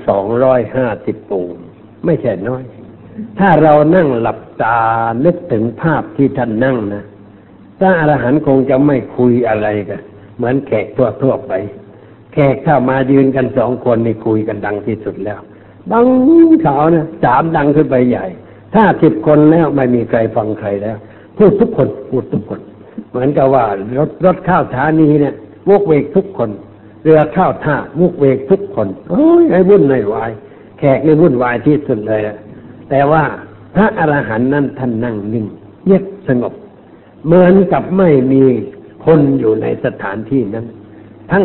1,250 องค์ไม่ใช่น้อยถ้าเรานั่งหลับตานึกถึงภาพที่ท่านนั่งนะพระอรหันต์คงจะไม่คุยอะไรกันเหมือนแขกทั่วไปแขกถ้ามายืนกัน2 คนนี่คุยกันดังที่สุดแล้วดังเขานะ3ดังขึ้นไปใหญ่ถ้า10 คนแล้วไม่มีใครฟังใครแล้วพูดทุกคนเหมือนกับว่ารถเข้าสถานีเนี่ยวกเวกทุกคนเรือเข้าท่าวกเวกทุกคนโอ้ยไอ้วุ่นวายแขกนี่วุ่นวายที่สุดเลยแต่ว่าพระอรหันต์นั้นท่านนั่งนิ่งเงียบสงบเหมือนกับไม่มีคนอยู่ในสถานที่นั้นทั้ง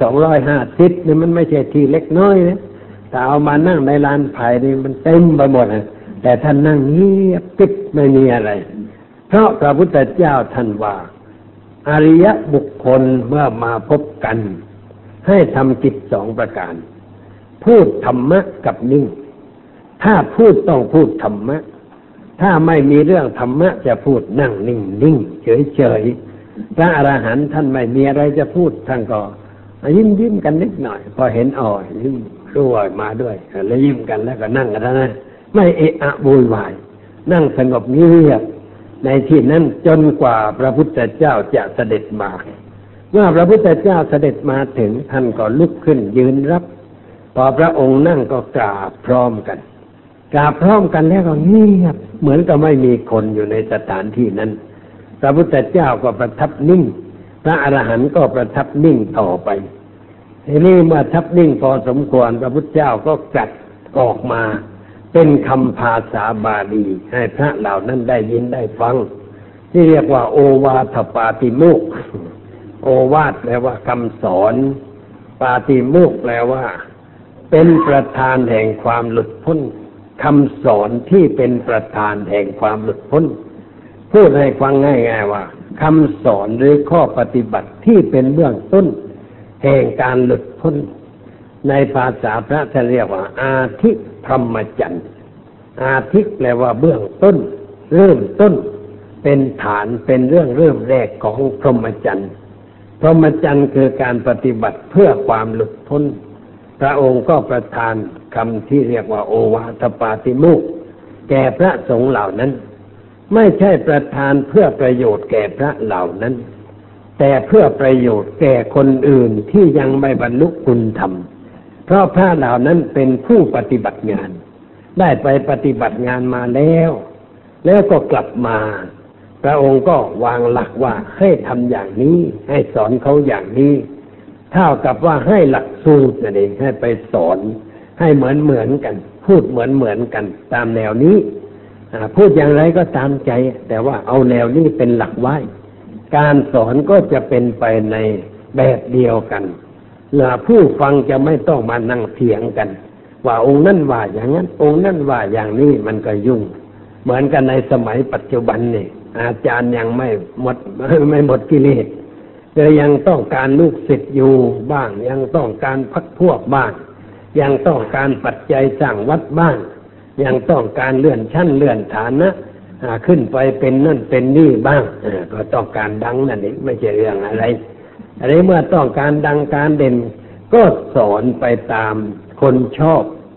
1,250นี่มันไม่ใช่ที่เล็กน้อยนะแต่เอามานั่งในลานไผ่นี่มันเต็มไปหมดนะแต่ท่านนั่งเงียบปิดไม่มีอะไรเพราะพระพุทธเจ้าท่านว่าอริยบุคคลเมื่อมาพบกันให้ทำกิจ2 ประการพูดธรรมะกับนิ่งถ้าพูดต้องพูดธรรมะถ้าไม่มีเรื่องธรรมะจะพูดนั่งนิ่งเฉยพระอรหันต์ท่านไม่มีอะไรจะพูดท่านก็ยิ้มกันนิดหน่อยพอเห็นยิ้มด้วยมาด้วยแล้วยิ้มกันแล้วก็นั่งกันนะไม่เอะอะโวยวายนั่งสงบเงียบในที่นั้นจนกว่าพระพุทธเจ้าจะเสด็จมาเมื่อพระพุทธเจ้าเสด็จมาถึงท่านก็ลุกขึ้นยืนรับพอพระองค์นั่งก็กราบพร้อมกันแล้วก็เงียบเหมือนกับไม่มีคนอยู่ในสถานที่นั้นพระพุทธเจ้าก็ประทับนิ่งพระอรหันต์ก็ประทับนิ่งต่อไปทีนี้เมื่อทับนิ่งพอสมควรพระพุทธเจ้าก็ตรัสออกมาเป็นคำภาษาบาลีให้พระเหล่านั้นได้ยินได้ฟังที่เรียกว่าโอวาทปาติโมกข์โอวาทแปลว่าคำสอนปาติโมกข์แปลว่าเป็นประธานแห่งความหลุดพ้นคำสอนที่เป็นประธานแห่งความหลุดพ้นพูดให้ฟังง่ายๆว่าคำสอนหรือข้อปฏิบัติที่เป็นเบื้องต้นแห่งการหลุดพ้นในภาษาพระท่านเรียกว่าอาทิพรหมจรรย์อาทิแปลว่าเบื้องต้นเริ่มต้นเป็นฐานเป็นเรื่องเริ่มแรกของพรหมจรรย์พรหมจรรย์คือการปฏิบัติเพื่อความหลุดพ้นพระองค์ก็ประทานคำที่เรียกว่าโอวาทปาติโมกข์แก่พระสงฆ์เหล่านั้นไม่ใช่ประทานเพื่อประโยชน์แก่พระเหล่านั้นแต่เพื่อประโยชน์แก่คนอื่นที่ยังไม่บรรลุคุณธรรมเพราะพระเหล่านั้นเป็นผู้ปฏิบัติงานได้ไปปฏิบัติงานมาแล้วก็กลับมาพระองค์ก็วางหลักว่าให้ทำอย่างนี้ให้สอนเขาอย่างนี้เท่ากับว่าให้หลักสูตรนั่นเองให้ไปสอนให้เหมือนกันพูดเหมือนกันตามแนวนี้พูดอย่างไรก็ตามใจแต่ว่าเอาแนวนี้เป็นหลักไว้การสอนก็จะเป็นไปในแบบเดียวกันผู้ฟังจะไม่ต้องมานั่งเถียงกันว่าองค์นั้นว่าอย่างนั้นองค์นั้นว่าอย่างนี้มันก็ยุ่งเหมือนกันในสมัยปัจจุบันนี่อาจารย์ยังไม่หมดกิเลสแต่ยังต้องการลูกศิษย์อยู่บ้างยังต้องการพรรคพวกบ้างยังต้องการปัจจัยสร้างวัดบ้างยังต้องการเลื่อนชั้นเลื่อนฐานะขึ้นไปเป็นนั่นเป็นนี่บ้างก็ต้องการดังนั่นเองไม่ใช่เรื่องอะไรอันนี้เมื่อต้องการดังการเด่นก็สอนไปตามคนชอบ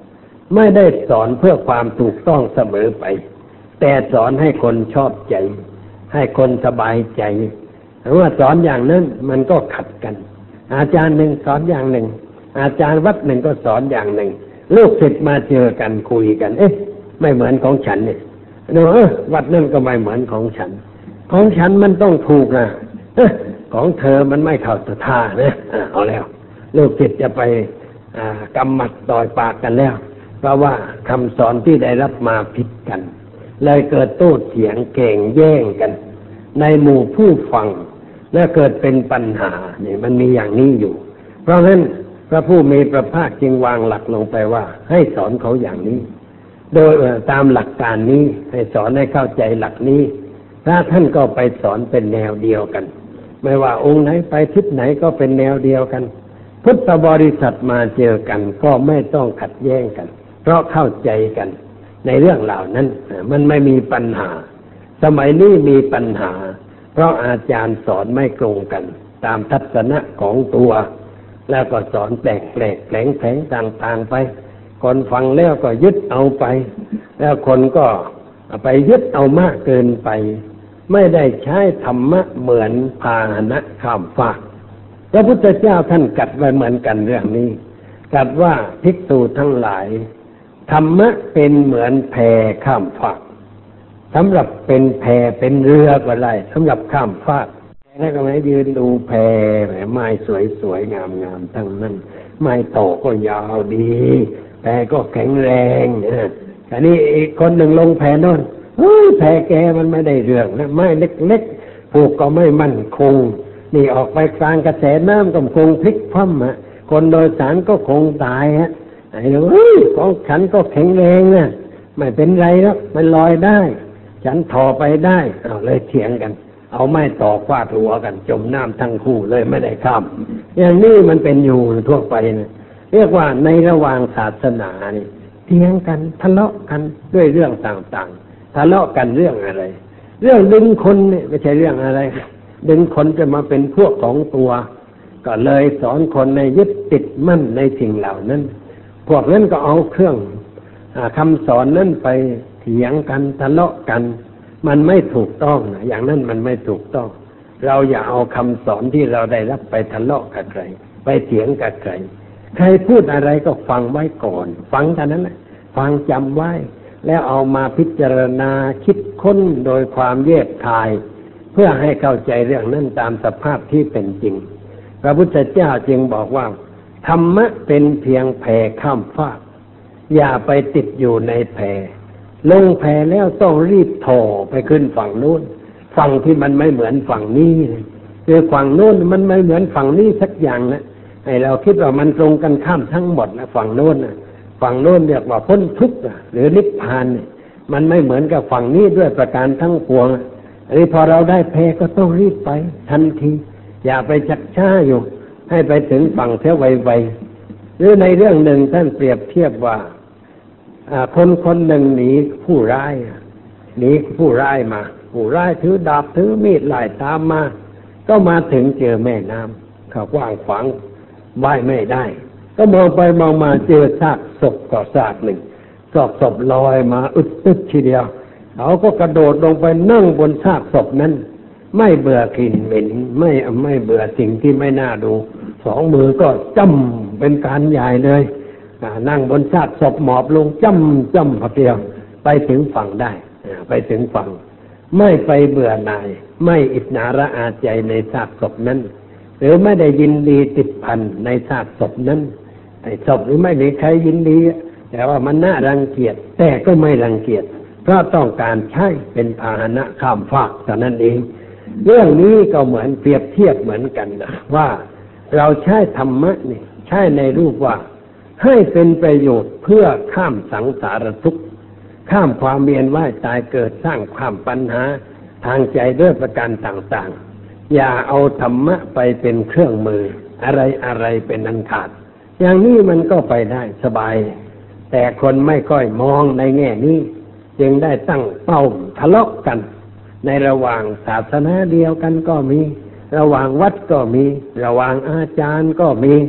ไม่ได้สอนเพื่อความถูกต้องเสมอไปแต่สอนให้คนชอบใจให้คนสบายใจเพราะว่าสอนอย่างนั้นมันก็ขัดกันอาจารย์หนึ่งสอนอย่างหนึ่งอาจารย์วัดหนึ่งก็สอนอย่างหนึ่งลูกศิษย์มาเจอกันคุยกันไม่เหมือนของฉันเนี่ยวัดนั่นก็ไม่เหมือนของฉันของฉันมันต้องถูกนะของเธอมันไม่เข้าท่านะเอาแล้วลูกศิษย์จะไปกำหมัดต่อยปากกันแล้วเพราะว่าคำสอนที่ได้รับมาผิดกันเลยเกิดโต้เถียงเก่งแย่งกันในหมู่ผู้ฟังและเกิดเป็นปัญหาเนี่ยมันมีอย่างนี้อยู่เพราะฉะนั้นพระผู้มีพระภาคจึงวางหลักลงไปว่าให้สอนเขาอย่างนี้โดยตามหลักการนี้ให้สอนให้เข้าใจหลักนี้ถ้าท่านก็ไปสอนเป็นแนวเดียวกันไม่ว่าองค์ไหนไปทิศไหนก็เป็นแนวเดียวกันพุทธบริษัทมาเจอกันก็ไม่ต้องขัดแย้งกันเพราะเข้าใจกันในเรื่องเหล่านั้นมันไม่มีปัญหาสมัยนี้มีปัญหาเพราะอาจารย์สอนไม่ตรงกันตามทัศนะของตัวแล้วก็สอนแปลกแผลงต่างๆไปคนฟังแล้วก็ยึดเอาไปแล้วคนก็ไปยึดเอามากเกินไปไม่ได้ใช้ธรรมะเหมือนพาหนะข้ามฟากพระพุทธเจ้าท่านกัดไว้เหมือนกันเรื่องนี้กัดว่าภิกษุทั้งหลายธรรมะเป็นเหมือนแพข้ามฟากสำหรับเป็นแพเป็นเรือก็ได้สำหรับข้ามฟากแล้วก็ไม่ยืนดูแพไม้สวยๆงามๆทั้งนั้นไม้โตก็ยาวดีแพก็แข็งแรงอันนี้อีกคนหนึ่งลงแพโน่นแพแกมันไม่ได้เรื่องนะไม้เล็กๆผูกก็ไม่มั่นคงนี่ออกไปกลางกระแสน้ำก็คงพลิกคว่ำคนโดยสารก็คงตายไอ้ของฉันก็แข็งแรงนะไม่เป็นไรแล้วมันลอยได้ฉันถอไปได้เอาเลยเถียงกันเอาไม้ต่อฟาดหัวกันจมน้ำทั้งคู่เลยไม่ได้ข้ามอย่างนี้มันเป็นอยู่ทั่วไปนะเรียกว่าในระหว่างศาสนานี่เถียงกันทะเลาะกันด้วยเรื่องต่างๆทะเลาะกันเรื่องอะไรเรื่องดึงคนเนี่ยไม่ใช่เรื่องอะไรดึงคนจะมาเป็นพวกของตัวก็เลยสอนคนในยึดติดมั่นในสิ่งเหล่านั้นพวกนั้นก็เอาเครื่องคำสอนนั้นไปเถียงกันทะเลาะกันมันไม่ถูกต้องนะอย่างนั้นมันไม่ถูกต้องเราอย่าเอาคำสอนที่เราได้รับไปทะเลาะกับใครไปเถียงกับใครใครพูดอะไรก็ฟังไว้ก่อนฟังเท่านั้นแหละฟังจำไว้แล้วเอามาพิจารณาคิดค้นโดยความแยบคายเพื่อให้เข้าใจเรื่องนั้นตามสภาพที่เป็นจริงพระพุทธเจ้าจึงบอกว่าธรรมะเป็นเพียงแพข้ามฟากอย่าไปติดอยู่ในแพลงแพแล้วต้องรีบโถไปขึ้นฝั่งโน้นฝั่งที่มันไม่เหมือนฝั่งนี้คือฝั่งโน้นมันไม่เหมือนฝั่งนี้สักอย่างนะให้เราคิดว่ามันตรงกันข้ามทั้งหมดนะฝั่งโน้นนะฝั่งโน้นเรียกว่าพ้นทุกข์หรือนิพพานเนี่ยมันไม่เหมือนกับฝั่งนี้ด้วยประการทั้งปวงอันนี้พอเราได้แพก็ต้องรีบไปทันทีอย่าไปชักช้าอยู่ให้ไปถึงฝั่งเสียไวๆหรือในเรื่องหนึ่งท่านเปรียบเทียบว่าคนหนึ่งหนีผู้ร้ายมาผู้ร้ายถือดาบถือมีดไล่ตามมาก็มาถึงเจอแม่น้ำเขากว้างขวางว่ายไม่ได้ก็มองไปมองมาเจอซากศพก็ซากหนึ่งศพลอยมาอึดทีเดียวเขาก็กระโดดลงไปนั่งบนซากศพนั้นไม่เบื่อกลิ่นเหม็นไม่เบื่อสิ่งที่ไม่น่าดูสองมือก็จ้ำเป็นการใหญ่เลยนั่งบนซากศพหมอบลงจ้ำพักเดียวไปถึงฝั่งได้ไปถึงฝั่งไม่ไปเบื่อหน่ายไม่อิจฉาระอาใจในซากศพนั้นหรือไม่ได้ยินดีติดพันในซากศพนั้นไอ้ศพหรือไม่มีใครยินดีแต่ว่ามันน่ารังเกียจแต่ก็ไม่รังเกียจเพราะต้องการใช้เป็นพาหนะข้ามฟากเท่านั้นเองเรื่องนี้ก็เหมือนเปรียบเทียบเหมือนกันนะว่าเราใช้ธรรมะนี่ใช้ในรูปว่าให้เป็นประโยชน์เพื่อข้ามสังสารทุกข์ข้ามความเวียนว่ายตายเกิดสร้างความปัญหาทางใจด้วยประการต่างๆอย่าเอาธรรมะไปเป็นเครื่องมืออะไรเป็นอันขาดอย่างนี้มันก็ไปได้สบายแต่คนไม่ค่อยมองในแง่นี้จึงได้ตั้งเป้าทะเลาะกันในระหว่างศาสนาเดียวกันก็มีระหว่างวัดก็มีระหว่างอาจารย์ก็มี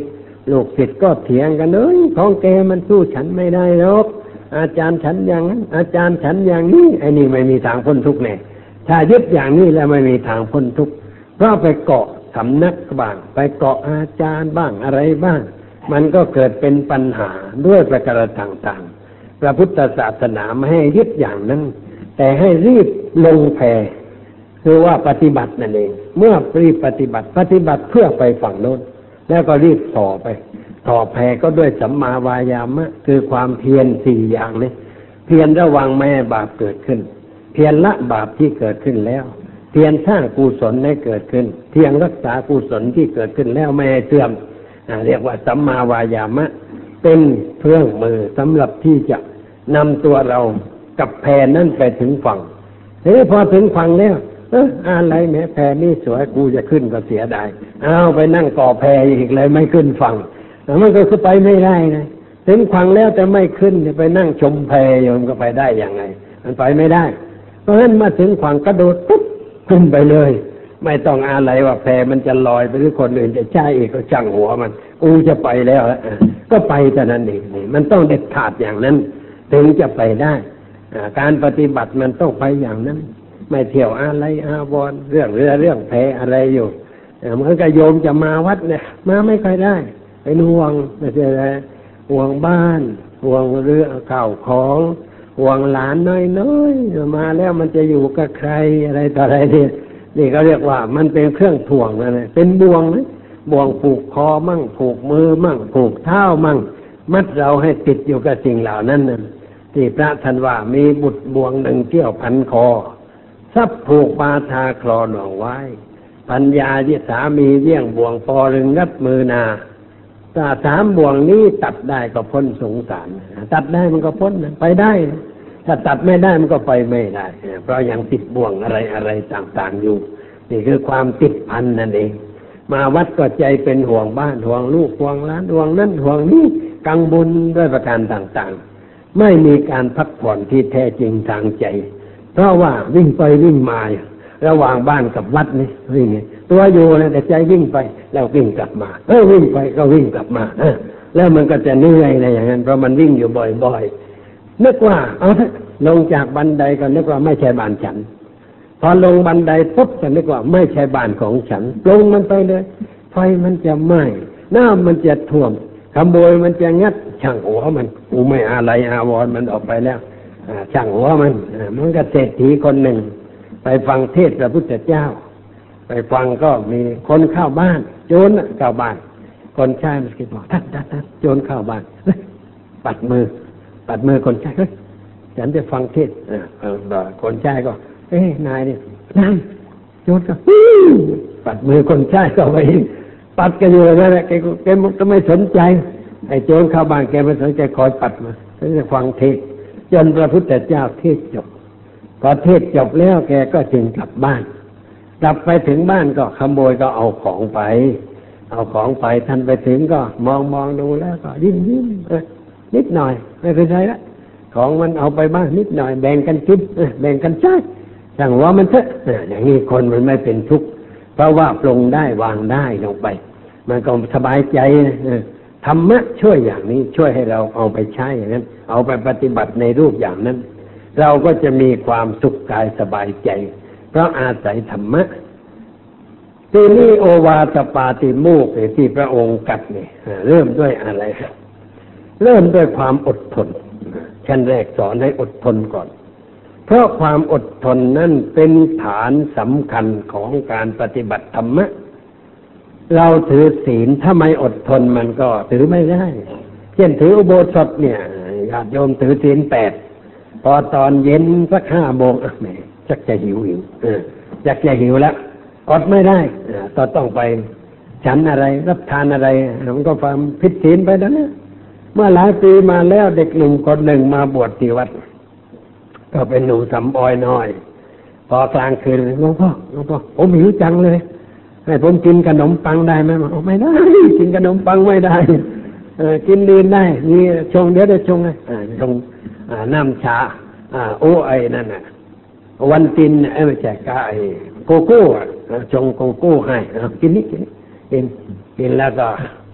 ลูกศิษย์ก็เถียงกันของแกมันสู้ฉันไม่ได้หรอกอาจารย์ฉันอย่างนั้นอาจารย์ฉันอย่างนี้ไอ้นี่ไม่มีทางพ้นทุกข์แน่ถ้ายึดอย่างนี้แล้วไม่มีทางพ้นทุกข์เพราะไปเกาะสำนักบ้างไปเกาะอาจารย์บ้างอะไรบ้างมันก็เกิดเป็นปัญหาด้วยประการต่างๆพระพุทธศาสนาไม่ให้ยึดอย่างนั้นแต่ให้รีบลงแพคือว่าปฏิบัตินั่นเองเมื่อรีบปฏิบัติเพื่อไปฝั่งโน้นแล้วก็รีบต่อแพก็ด้วยสัมมาวายามะคือความเพียร4อย่างนี้เพียรระวังไม่ให้บาปเกิดขึ้นเพียรละบาปที่เกิดขึ้นแล้วเพียรสร้างกุศลให้เกิดขึ้นเพียรรักษากุศลที่เกิดขึ้นแล้วไม่ให้เสื่อมเรียกว่าสัมมาวายามะเป็นเครื่องมือสำหรับที่จะนำตัวเรากับแพนั่นไปถึงฝั่งพอถึงฝั่งแล้วอะไรแม้แพนี่สวยกูจะขึ้นก็เสียดายเอาไปนั่งก่อแพอีกเลยไม่ขึ้นฝั่งมันก็คือไปไม่ได้นะถึงฝั่งแล้วแต่ไม่ขึ้นไปนั่งชมแพอยู่มันก็ไปได้ยังไงมันไปไม่ได้เพราะฉะนั้นมาถึงฝั่งกระโดดปุ๊บขึ้นไปเลยไม่ต้องอะไรว่าแพมันจะลอยไปหรือคนอื่นจะใช่อีกก็ช่างหัวมันกูจะไปแล้วก็ไปแต่นั้นเองมันต้องเด็ดขาดอย่างนั้นถึงจะไปได้การปฏิบัติมันต้องไปอย่างนั้นไม่เที่ยวอะไรอาวรเรื่องเรือเรื่องแพอะไรอยู่เหมือนกับโยมจะมาวัดเนี่ยมาไม่ค่อยได้เป็นห่วงไม่ใช่อะไรห่วงบ้านห่วงเรือข้าวของห่วงหลานน้อยๆมาแล้วมันจะอยู่กับใครอะไรต่ออะไรนี่เขาเรียกว่ามันเป็นเครื่องถ่วงนะเป็นบ่วงนะบ่วงผูกคอมั่งผูกมือมั่งผูกเท้ามั่งมัดเราให้ติดอยู่กับสิ่งเหล่านั้นนะที่พระท่านว่ามีบุตรบ่วงหนึ่งเกี่ยวพันคอทรัพย์ผูกปาทาคลอหน่องไว้ปัญญาที่สามีเลี้ยงบ่วงปอรึงงัดมือนาถ้า3บ่วงนี้ตัดได้ก็พ้นสงสารตัดได้มันก็พ้นไปได้ถ้าตัดไม่ได้มันก็ไปไม่ได้เพราะยังติดบ่วงอะไรต่างๆอยู่นี่คือความติดพันนั่นเองมาวัดก็ใจเป็นห่วงบ้านห่วงลูกห่วงหลานห่วงนั้นห่วงนี้กังวลด้วยประการต่างๆไม่มีการพักผ่อนที่แท้จริงทางใจเพราะว่าวิ่งไปวิ่งมาระหว่างบ้านกับวัดนี่วิ่งตัวอยู่นะแต่ใจวิ่งไปแล้ววิ่งกลับมาวิ่งไปก็วิ่งกลับมาแล้วมันก็จะเหนื่อยในอย่างนั้นเพราะมันวิ่งอยู่บ่อยๆนึกว่าลงจากบันไดก็นึกว่าไม่ใช่บ้านฉันพอลงบันไดปุ๊บก็นึกว่าไม่ใช่บ้านของฉันลงมันไปเลยไฟมันจะไหม้น้ำมันจะท่วมขโมยมันจะงัดช่างหัวมันกูไม่อะไรอาวรมันออกไปแล้วช่างหัวมันก็เศรษฐีคนหนึ่งไปฟังเทศน์พระพุทธเจ้าไปฟังก็มีคนเข้าบ้านโจรเข้าบ้านคนใช้มันคิดบอกท่านโจรเข้าบ้านปัดมือคนใช้ฉันจะฟังเทศน์คนใช้ก็นายเนี่ยนายโจรก็ปัดมือคนใช้ก็ไปปัดกันอยู่นั่นแหละแกก็ไม่สนใจไอ้โจรเข้าบ้านแกไม่สนใจคอยปัดมาจะฟังเทศน์จนพระพุทธเจ้าเทศน์จบพอเทศน์จบแล้วแกก็จึงกลับบ้านกลับไปถึงบ้านก็ขโมยก็เอาของไปท่านไปถึงก็มองดูแล้วก็ยิ้มนิดหน่อยไม่เป็นไรละของมันเอาไปบ้างนิดหน่อยแบ่งกันกินแบ่งกันใช้ช่างว่ามันเถอะอย่างนี้คนมันไม่เป็นทุกข์เพราะว่าปลงได้วางได้ลงไปมันก็สบายใจธรรมะช่วยอย่างนี้ช่วยให้เราเอาไปใช้อย่างนั้นเอาไปปฏิบัติในรูปอย่างนั้นเราก็จะมีความสุขกายสบายใจเพราะอาศัยธรรมะทีนี้โอวาทปาติโมกข์ที่พระองค์กัดนี่เริ่มด้วยอะไรครับเริ่มด้วยความอดทนชั้นแรกสอนให้อดทนก่อนเพราะความอดทนนั่นเป็นฐานสำคัญของการปฏิบัติธรรมะเราถือศีลถ้าไม่อดทนมันก็ถือไม่ได้เช่นถืออุโบสถเนี่ยญาติโยมถือศีล8พอตอนเย็นสัก5 โมงแหมจักจะหิวจักจะหิวแล้วอดไม่ได้ต้องไปฉันอะไรรับทานอะไรมันก็ความผิดศีลไปแล้วนะเมื่อหลายปีมาแล้วเด็กหนุ่มคนหนึ่งมาบวชที่วัดก็เป็นหนุ่มสำออยน้อยพอกลางคืนหลวงพ่อผมหิวจังเลยให้ผมกินขนมปังได้ไหมไม่ได้กินขนมปังไม่ได้กินดื่มได้นี่ชงเดี๋ยวชงชงน้ำชาไอ้นั่นน่ะวันตินไม่ใช่กาโกโก้ชงโกโก้ให้กินนิดกินแล้วก็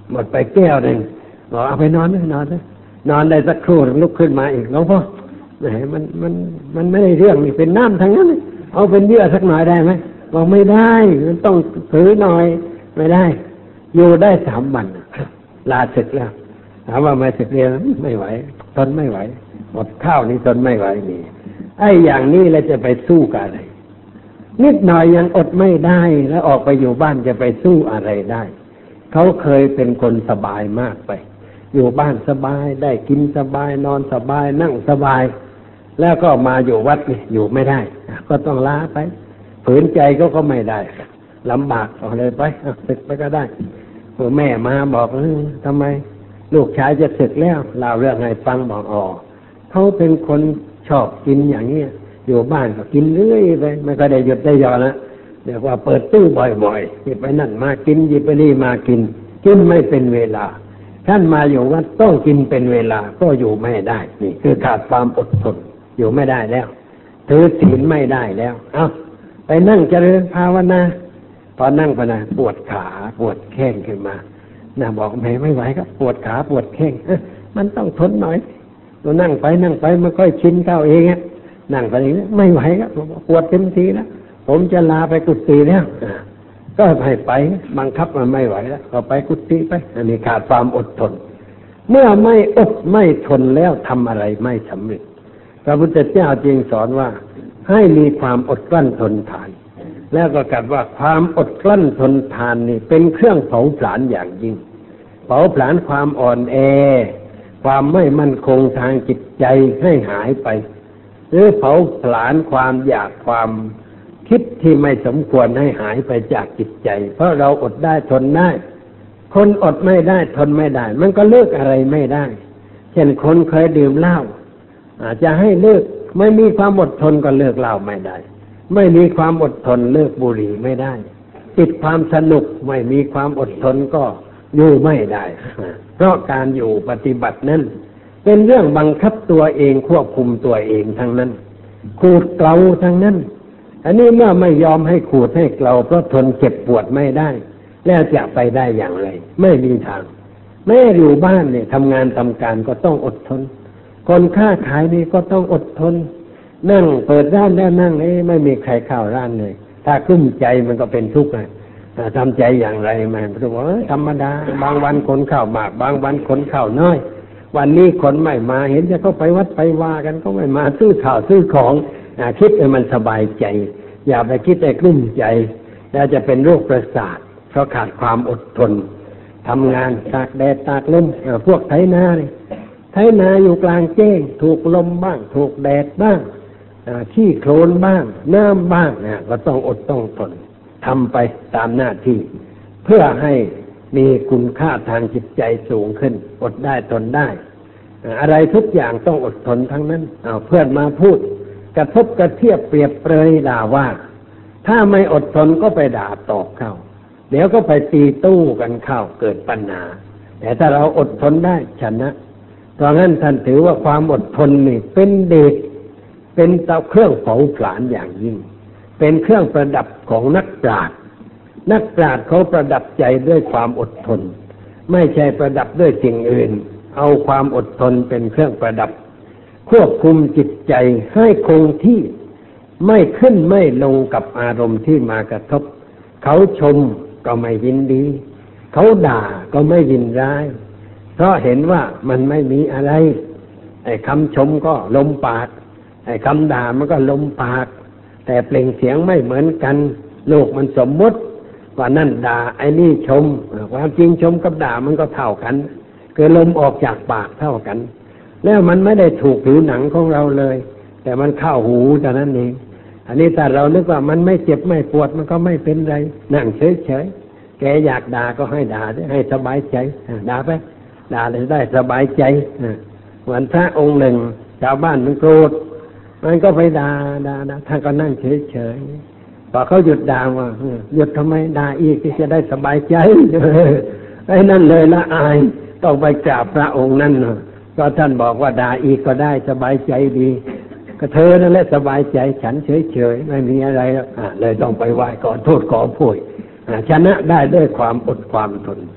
หมดไปแก้วหนึ่งบอกเอาไปนอนนอนได้สักครู่ลุกขึ้นมาอีกหลวงพ่อแหมมันไม่ได้เรื่องนี่เป็นน้ำทั้งนั้นเอาเป็นเยื่อสักหน่อยได้ไหมบอกไม่ได้มันต้องถือหน่อยไม่ได้อยู่ได้3 วันลาศึกแล้วถามว่าไม่ศึกเรียนไม่ไหวทนไม่ไหวหมดข้าวนี่ทนไม่ไหวนี่ไอ้อย่างนี้แล้วจะไปสู้กับอะไรนิดหน่อยยังอดไม่ได้แล้วออกไปอยู่บ้านจะไปสู้อะไรได้เขาเคยเป็นคนสบายมากไปอยู่บ้านสบายได้กินสบายนอนสบายนั่งสบายแล้วก็มาอยู่วัดนี่อยู่ไม่ได้ก็ต้องลาไปฝืนใจก็ไม่ได้ลำบากเอาเลยไปศึกไปก็ได้แม่มาบอกทำไมลูกชายจะศึกแล้วเล่าเรื่องให้ฟังบอกเขาเป็นคนชอบกินอย่างนี้อยู่บ้านก็กินเรื่อยไปไม่ก็ได้หยุดได้หย่อนนะเรียกว่าเปิดตู้บ่อยๆหยิบไปนั่นมากินหยิบไปนี่มากินไม่เป็นเวลาท่านมาอยู่วัดต้องกินเป็นเวลาก็อยู่ไม่ได้นี่คือขาดความอดทนอยู่ไม่ได้แล้วถือศีลไม่ได้แล้วไปนั่งเจริญภาวนาพอนั่งภาวนาปวดขาปวดแข้งขึ้นมาบอกไม่ไหวครับปวดขาปวดแข้งมันต้องทนหน่อยเรานั่งไปมันค่อยชินเข้าเองนั่งไปอย่างนี้ไม่ไหวครับปวดเต็มทีแล้วผมจะลาไปกุฏิแล้วก็ให้ไปบังคับมันไม่ไหวแล้วก็ไปกุฏิไปอันนี้ขาดความอดทนเมื่อไม่อดไม่ทนแล้วทำอะไรไม่สำเร็จพระพุทธเจ้าจึงสอนว่าให้มีความอดกลั้นทนทานแล้วก็กล่าวว่าความอดกลั้นทนทานนี่เป็นเครื่องเผาผลาญอย่างยิ่งเผาผลาญความอ่อนแอความไม่มั่นคงทางจิตใจให้หายไปหรือเผาผลาญความอยากความคิดที่ไม่สมควรให้หายไปจากจิตใจเพราะเราอดได้ทนได้คนอดไม่ได้ทนไม่ได้มันก็เลิกอะไรไม่ได้เช่นคนเคยดื่มเหล้าอาจจะให้เลิกไม่มีความอดทนก็เลิกเหล้าไม่ได้ไม่มีความอดทนเลิกบุหรี่ไม่ได้ติดความสนุกไม่มีความอดทนก็อยู่ไม่ได้เพราะการอยู่ปฏิบัตินั้นเป็นเรื่องบังคับตัวเองควบคุมตัวเองทั้งนั้นขูดเกลาทั้งนั้นอันนี้เมื่อไม่ยอมให้ขูดให้เกลาเพราะทนเจ็บปวดไม่ได้แล้วจะไปได้อย่างไรไม่มีทางแม้อยู่บ้านเนี่ยทำงานทำการก็ต้องอดทนคนค้าขายนี่ก็ต้องอดทนนั่งเปิดร้านแล้วนั่งไม่มีใครเข้าร้านเลยถ้ากลุ้มใจมันก็เป็นทุกข์นะทำใจอย่างไรมันรู้ว่าธรรมดาบางวันคนเข้ามากบางวันคนเข้าน้อยวันนี้คนไม่มาเห็นจะเข้าไปวัดไปว่ากันก็ไม่มาซื้อข้าวซื้อของคิดให้มันสบายใจอย่าไปคิดให้กลุ้มใจแล้วจะเป็นโรคประสาทเพราะขาดความอดทนทำงานตากแดดตากลมพวกไถนาเนี่ยไถนาอยู่กลางแจ้งถูกลมบ้างถูกแดดบ้างขี้โคลนบ้างน้ำบ้างก็ต้องอดต้องทนทำไปตามหน้าที่เพื่อให้มีคุณค่าทางจิตใจสูงขึ้นอดได้ทนได้อะไรทุกอย่างต้องอดทนทั้งนั้นเพื่อนมาพูดกระทบกระเทียบเปรียบเปรยด่าว่าถ้าไม่อดทนก็ไปด่าตอบเข้าเดี๋ยวก็ไปตีตู้กันเข้าเกิดปัญหาแต่ถ้าเราอดทนได้ชนะเพราะงั้นท่านถือว่าความอดทนนี่เป็นเดชเป็นเครื่องเผาผลาญอย่างยิ่งเป็นเครื่องประดับของนักปราชญ์เขาประดับใจด้วยความอดทนไม่ใช่ประดับด้วยสิ่งอื่นเอาความอดทนเป็นเครื่องประดับควบคุมจิตใจให้คงที่ไม่ขึ้นไม่ลงกับอารมณ์ที่มากระทบเขาชมก็ไม่ยินดีเขาด่าก็ไม่ยินร้ายเพราะเห็นว่ามันไม่มีอะไรไอ้คำชมก็ลมปากไอ้คำด่ามันก็ลมปากแต่เปล่งเสียงไม่เหมือนกันโลกมันสมมติว่านั่นด่าไอ้นี่ชมความจริงชมกับด่ามันก็เท่ากันคือลมออกจากปากเท่ากันแล้วมันไม่ได้ถูกผิวหนังของเราเลยแต่มันเข้าหูเท่านั้นเองอันนี้ถ้าเรานึกว่ามันไม่เจ็บไม่ปวดมันก็ไม่เป็นไรนั่งเฉยๆแกอยากด่าก็ให้ด่าให้สบายใจด่าไปด่าเลยได้สบายใจวันพระองค์หนึ่งชาวบ้านมันโกรธมันก็ไปด่าท่านก็นั่งเฉยๆพอเขาหยุดด่าว่าหยุดทำไมด่าอีกที่จะได้สบายใจไอ้นั่นเลยละอายต้องไปกราบพระองค์นั่นก็ท่านบอกว่าด่าอีกก็ได้สบายใจดีก็เธอนั่นแหละสบายใจฉันเฉยๆไม่มีอะไรแล้วเลยต้องไปไหว้ขอโทษขอโพยชนะได้ด้วยความอดความทน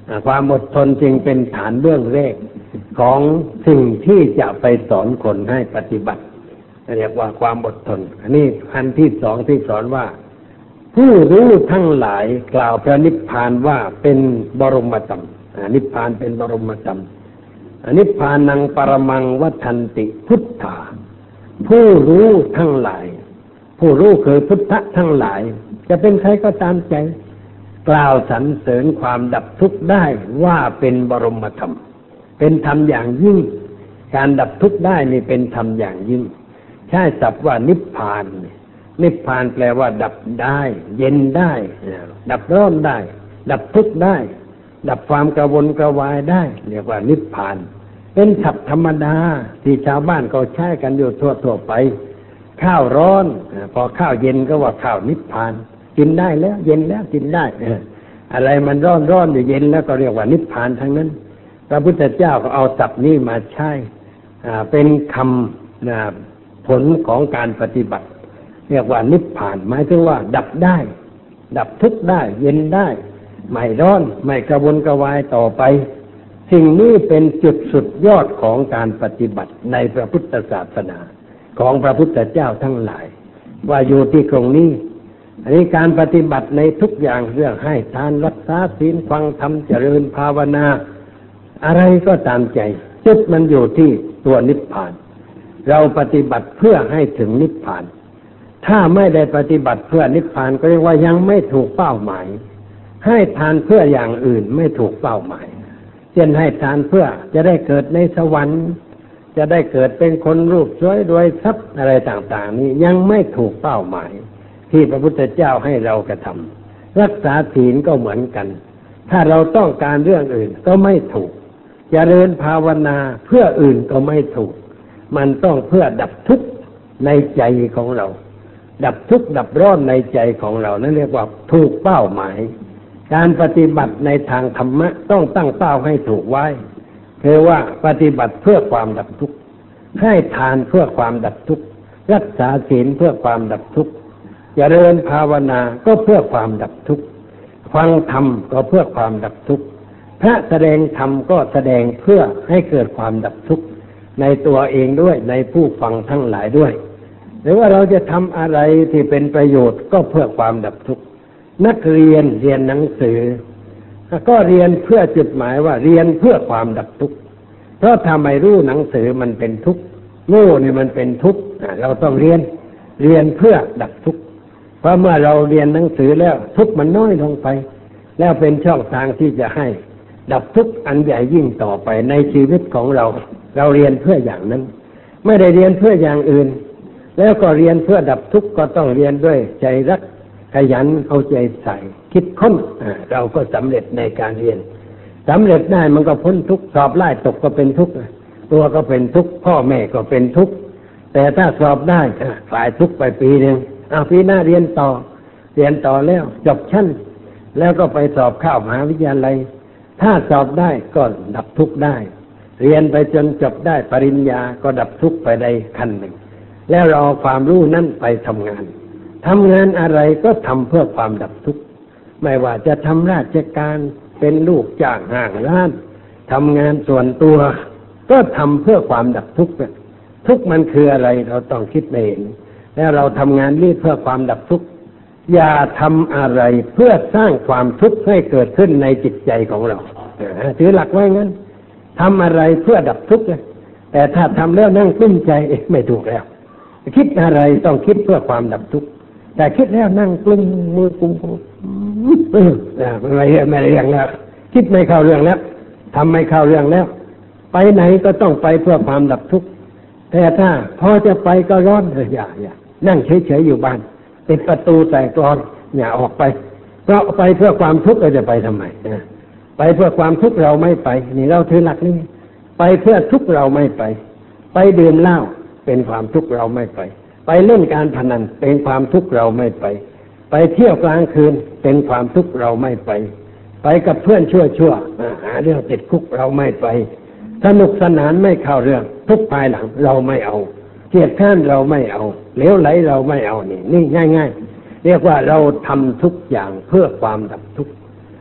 ความอดทนจึงเป็นฐานเบื้องแรกของสิ่งที่จะไปสอนคนให้ปฏิบัติเรียกว่าความอดทนอันนี้อันที่สองที่สอนว่าผู้รู้ทั้งหลายกล่าวพระนิพพานว่าเป็นบรมธรรมนิพพานเป็นบรมธรรมนิพพานังปรมังวัฏันติพุทธาผู้รู้ทั้งหลายผู้รู้คือพุทธะทั้งหลายจะเป็นใครก็ตามใจกล่าวสรรเสริญความดับทุกข์ได้ว่าเป็นบรมธรรมเป็นธรรมอย่างยิ่งการดับทุกข์ได้นี่เป็นธรรมอย่างยิ่งใช้ศัพท์ว่านิพพานนิพพานแปลว่าดับได้เย็นได้ดับร้อนได้ดับทุกข์ได้ดับความกระวนกระวายได้เรียกว่านิพพานเป็นศัพท์ธรรมดาที่ชาวบ้านก็ใช้กันอยู่ทั่วไปข้าวร้อนพอข้าวเย็นก็ว่าข้าวนิพพานกินได้แล้วเย็นแล้วกินได้อะไรมันร้อนอยู่เย็นแล้วก็เรียกว่านิพพานทั้งนั้นพระพุทธเจ้าก็เอาศัพท์นี้มาใช้เป็นคำผลของการปฏิบัติเรียกว่านิพพานหมายถึงว่าดับได้ดับทุกข์ได้เย็นได้ไม่ร้อนไม่กระวนกระวายต่อไปสิ่งนี้เป็นจุดสุดยอดของการปฏิบัติในพระพุทธศาสนาของพระพุทธเจ้าทั้งหลายว่าอยู่ที่ตรงนี้อันนี้การปฏิบัติในทุกอย่างเรื่องให้ทานรักษาศีลฟังธรรมเจริญภาวนาอะไรก็ตามใจจุดมันอยู่ที่ตัวนิพพานเราปฏิบัติเพื่อให้ถึงนิพพานถ้าไม่ได้ปฏิบัติเพื่อนิพพานก็เรียกว่ายังไม่ถูกเป้าหมายให้ทานเพื่ออย่างอื่นไม่ถูกเป้าหมายเช่นให้ทานเพื่อจะได้เกิดในสวรรค์จะได้เกิดเป็นคนรูปสวยรวยทรัพย์อะไรต่างๆนี้ยังไม่ถูกเป้าหมายที่พระพุทธเจ้าให้เรากระทำรักษาศีลก็เหมือนกันถ้าเราต้องการเรื่องอื่นก็ไม่ถูกเจริญภาวนาเพื่ออื่นก็ไม่ถูกมันต้องเพื่อดับทุกข์ในใจของเราดับทุกข์ดับร้อนในใจของเรานั่นเรียกว่าถูกเป้าหมายการปฏิบัติในทางธรรมะต้องตั้งเป้าให้ถูกไว้คือว่าปฏิบัติเพื่อความดับทุกข์ให้ทานเพื่อความดับทุกข์รักษาศีลเพื่อความดับทุกข์เจริญภาวนาก็เพื่อความดับทุกข์ฟังธรรมก็เพื่อความดับทุกข์พระแสดงธรรมก็แสดงเพื่อให้เกิดความดับทุกข์ในตัวเองด้วยในผู้ฟังทั้งหลายด้วยหรือว่าเราจะทำอะไรที่เป็นประโยชน์ก็เพื่อความดับทุกข์นักเรียนเรียนหนังสือก็เรียนเพื่อจุดหมายว่าเรียนเพื่อความดับทุกข์เพราะถ้าไม่รู้หนังสือมันเป็นทุกข์โง่นี่มันเป็นทุกข์เราต้องเรียนเพื่อดับทุกข์เพราะเมื่อเราเรียนหนังสือแล้วทุกข์มันน้อยลงไปแล้วเป็นช่องทางที่จะให้ดับทุกข์อันใหญ่ยิ่งต่อไปในชีวิตของเราเรียนเพื่ออย่างนั้นไม่ได้เรียนเพื่ออย่างอื่นแล้วก็เรียนเพื่อดับทุกข์ก็ต้องเรียนด้วยใจรักขยันเอาใจใส่คิดค้นเราก็สำเร็จในการเรียนสำเร็จได้มันก็พ้นทุกข์สอบไล่ตกก็เป็นทุกข์ตัวก็เป็นทุกข์พ่อแม่ก็เป็นทุกข์แต่ถ้าสอบได้คลายทุกข์ไปปีนึงปีหน้าเรียนต่อแล้วจบชั้นแล้วก็ไปสอบเข้ามหาวิทยาลัยถ้าสอบได้ก็ดับทุกข์ได้เรียนไปจนจบได้ปริญญาก็ดับทุกข์ไปได้ขั้นหนึ่งแล้วเราเอาความรู้นั้นไปทำงานอะไรก็ทำเพื่อความดับทุกข์ไม่ว่าจะทำราชการเป็นลูกจ้างห้างร้านทำงานส่วนตัวก็ทำเพื่อความดับทุกข์ทุกข์มันคืออะไรเราต้องคิดเองแล้วเราทำงานนี้เพื่อความดับทุกข์อย่าทำอะไรเพื่อสร้างความทุกข์ให้เกิดขึ้นในจิตใจของเราถือหลักไว้งั้นทำอะไรเพื่อดับทุกข์แต่ถ้าทำแล้วนั่งกลุ้มใจไม่ถูกแล้วคิดอะไรต้องคิดเพื่อความดับทุกข์แต่คิดแล้วนั่งกลุ้มมือกุมไม่เรื่องแล้วคิดไม่เข้าเรื่องแล้วทำไม่เข้าเรื่องแล้วไปไหนก็ต้องไปเพื่อความดับทุกข์แต่ถ้าพอจะไปก็ร้อนอย่านั่งเฉยๆอยู่บ้านปิดประตูใส่กลอนอย่าออกไปเพราะไปเพื่อความทุกข์เราจะไปทำไมไปเพื่อความทุกข์เราไม่ไปนี่เราถือหลักนี้ไปเพื่อทุกข์เราไม่ไปดื่มเหล้าเป็นความทุกข์เราไม่ไปเล่นการพนันเป็นความทุกข์เราไม่ไปเที่ยวกลางคืนเป็นความทุกข์เราไม่ไปกับเพื่อนชั่วหาเรื่องติดคุกเราไม่ไปสนุกสนานไม่เข้าเรื่องทุกภายหลังเราไม่เอาเกียรติข้านเราไม่เอาเหลวไหลเราไม่เอานี่ง่ายๆเรียกว่าเราทำทุกอย่างเพื่อความดับทุกข์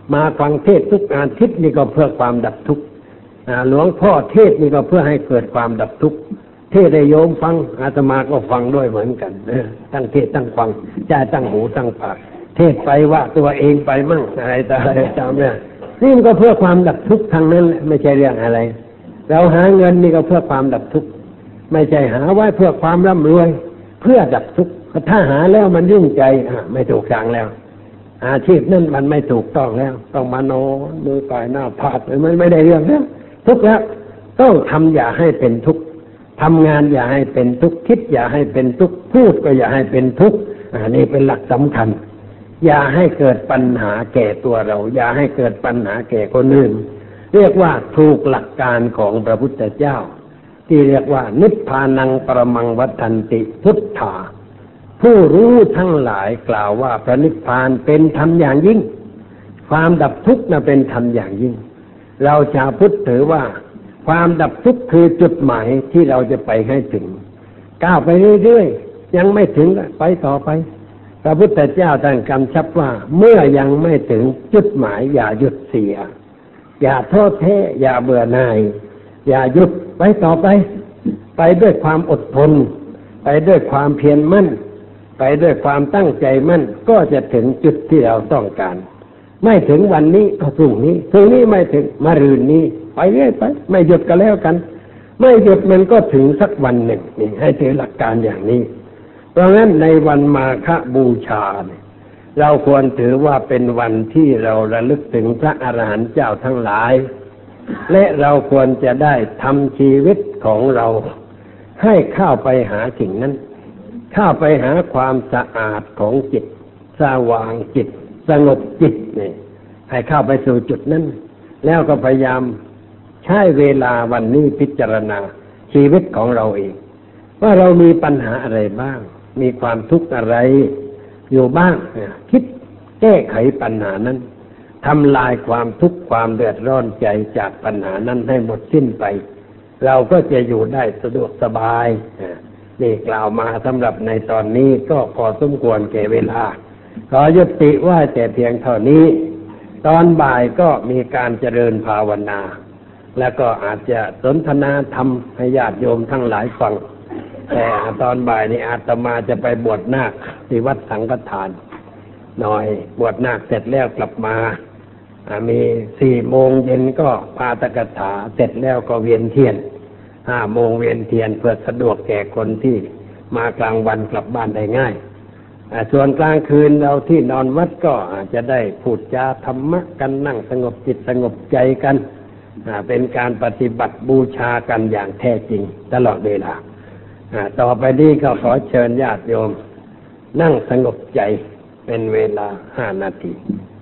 มาฟังเทศทุกอาทิตย์นี่ก็เพื่อความดับทุกข์หลวงพ่อเทศนี่ก็เพื่อให้เกิดความดับทุกข์เทศได้โยมฟังอาตมาก็ฟังด้วยเหมือนกันตั้งเทศตั้งฟังใจตั้งหูตั้งปากเทศไปว่าตัวเองไปมั่งอะไรต่ออะไรตามเนี่ยนี่มันก็เพื่อความดับทุกข์ทางนั้นแหละไม่ใช่เรื่องอะไรเราหาเงินนี่ก็เพื่อความดับทุกข์ไม่ใช่หาไว้เพื่อความร่ำรวยเพื่อดับทุกข์ถ้าหาแล้วมันยุ่งใจไม่ถูกทางแล้วอาชีพนั่นมันไม่ถูกต้องแล้วต้องมานอนมือปลายหน้าผากมันไม่ได้เรื่องแล้วทุกข์แล้วต้องทำอย่าให้เป็นทุกข์ทำงานอย่าให้เป็นทุกข์คิดอย่าให้เป็นทุกข์พูดก็อย่าให้เป็นทุกข์นี่เป็นหลักสำคัญอย่าให้เกิดปัญหาแก่ตัวเราอย่าให้เกิดปัญหาแก่คนอื่นเรียกว่าถูกหลักการของพระพุทธเจ้าที่เรียกว่านิพพานังปรมังวัฏฏันติพุทธาผู้รู้ทั้งหลายกล่าวว่าพระนิพพานเป็นธรรมอย่างยิ่งความดับทุกข์น่ะเป็นธรรมอย่างยิ่งเราชาวพุทธถือว่าความดับทุกข์คือจุดหมายที่เราจะไปให้ถึงก้าวไปเรื่อยๆยังไม่ถึงไปต่อไปพระพุทธเจ้าท่านกำชับว่าเมื่อยังไม่ถึงจุดหมายอย่าหยุดเสียอย่าท้อแท้อย่าเบื่อหน่ายอย่าหยุดไปต่อไปไปด้วยความอดทนไปด้วยความเพียรมั่นไปด้วยความตั้งใจมั่นก็จะถึงจุดที่เราต้องการไม่ถึงวันนี้ก็พรุ่งนี้ไม่ถึงมะรืนนี้ไปเรื่อยไปไม่หยุดก็แล้วกันไม่หยุดมันก็ถึงสักวันหนึ่งนี่ให้ถือหลักการอย่างนี้เพราะงั้นในวันมาฆบูชาเนี่ยเราควรถือว่าเป็นวันที่เราระลึกถึงพระอรหันต์เจ้าทั้งหลายและเราควรจะได้ทำชีวิตของเราให้เข้าไปหาสิ่งนั้นเข้าไปหาความสะอาดของจิตสว่างจิตสงบจิตนี่ให้เข้าไปสู่จุดนั้นแล้วก็พยายามใช้เวลาวันนี้พิจารณาชีวิตของเราเองว่าเรามีปัญหาอะไรบ้างมีความทุกข์อะไรอยู่บ้างคิดแก้ไขปัญหานั้นทำลายความทุกข์ความเดือดร้อนใจจากปัญหานั้นให้หมดสิ้นไปเราก็จะอยู่ได้สะดวกสบายนี่กล่าวมาสำหรับในตอนนี้ก็พอสมควรแก่เวลาขอยุติว่าแต่เพียงเท่านี้ตอนบ่ายก็มีการเจริญภาวนาแล้วก็อาจจะสนทนาธรรมให้ญาติโยมทั้งหลายฟังแต่ตอนบ่ายนี้อาตมาจะไปบวชนาคที่วัดสังฆทานหน่อยบวชนาคเสร็จแล้วกลับมามี4 โมงเย็นก็ปาฐกถาเสร็จแล้วก็เวียนเทียน5 โมงเวียนเทียนเพื่อสะดวกแก่คนที่มากลางวันกลับบ้านได้ง่ายส่วนกลางคืนเราที่นอนวัดก็อาจจะได้พูดจาธรรมะกันนั่งสงบจิตสงบใจกันเป็นการปฏิบัติบูชากันอย่างแท้จริงตลอดเวลาต่อไปนี้ก็ขอเชิญญาติโยมนั่งสงบใจเป็นเวลา5 นาที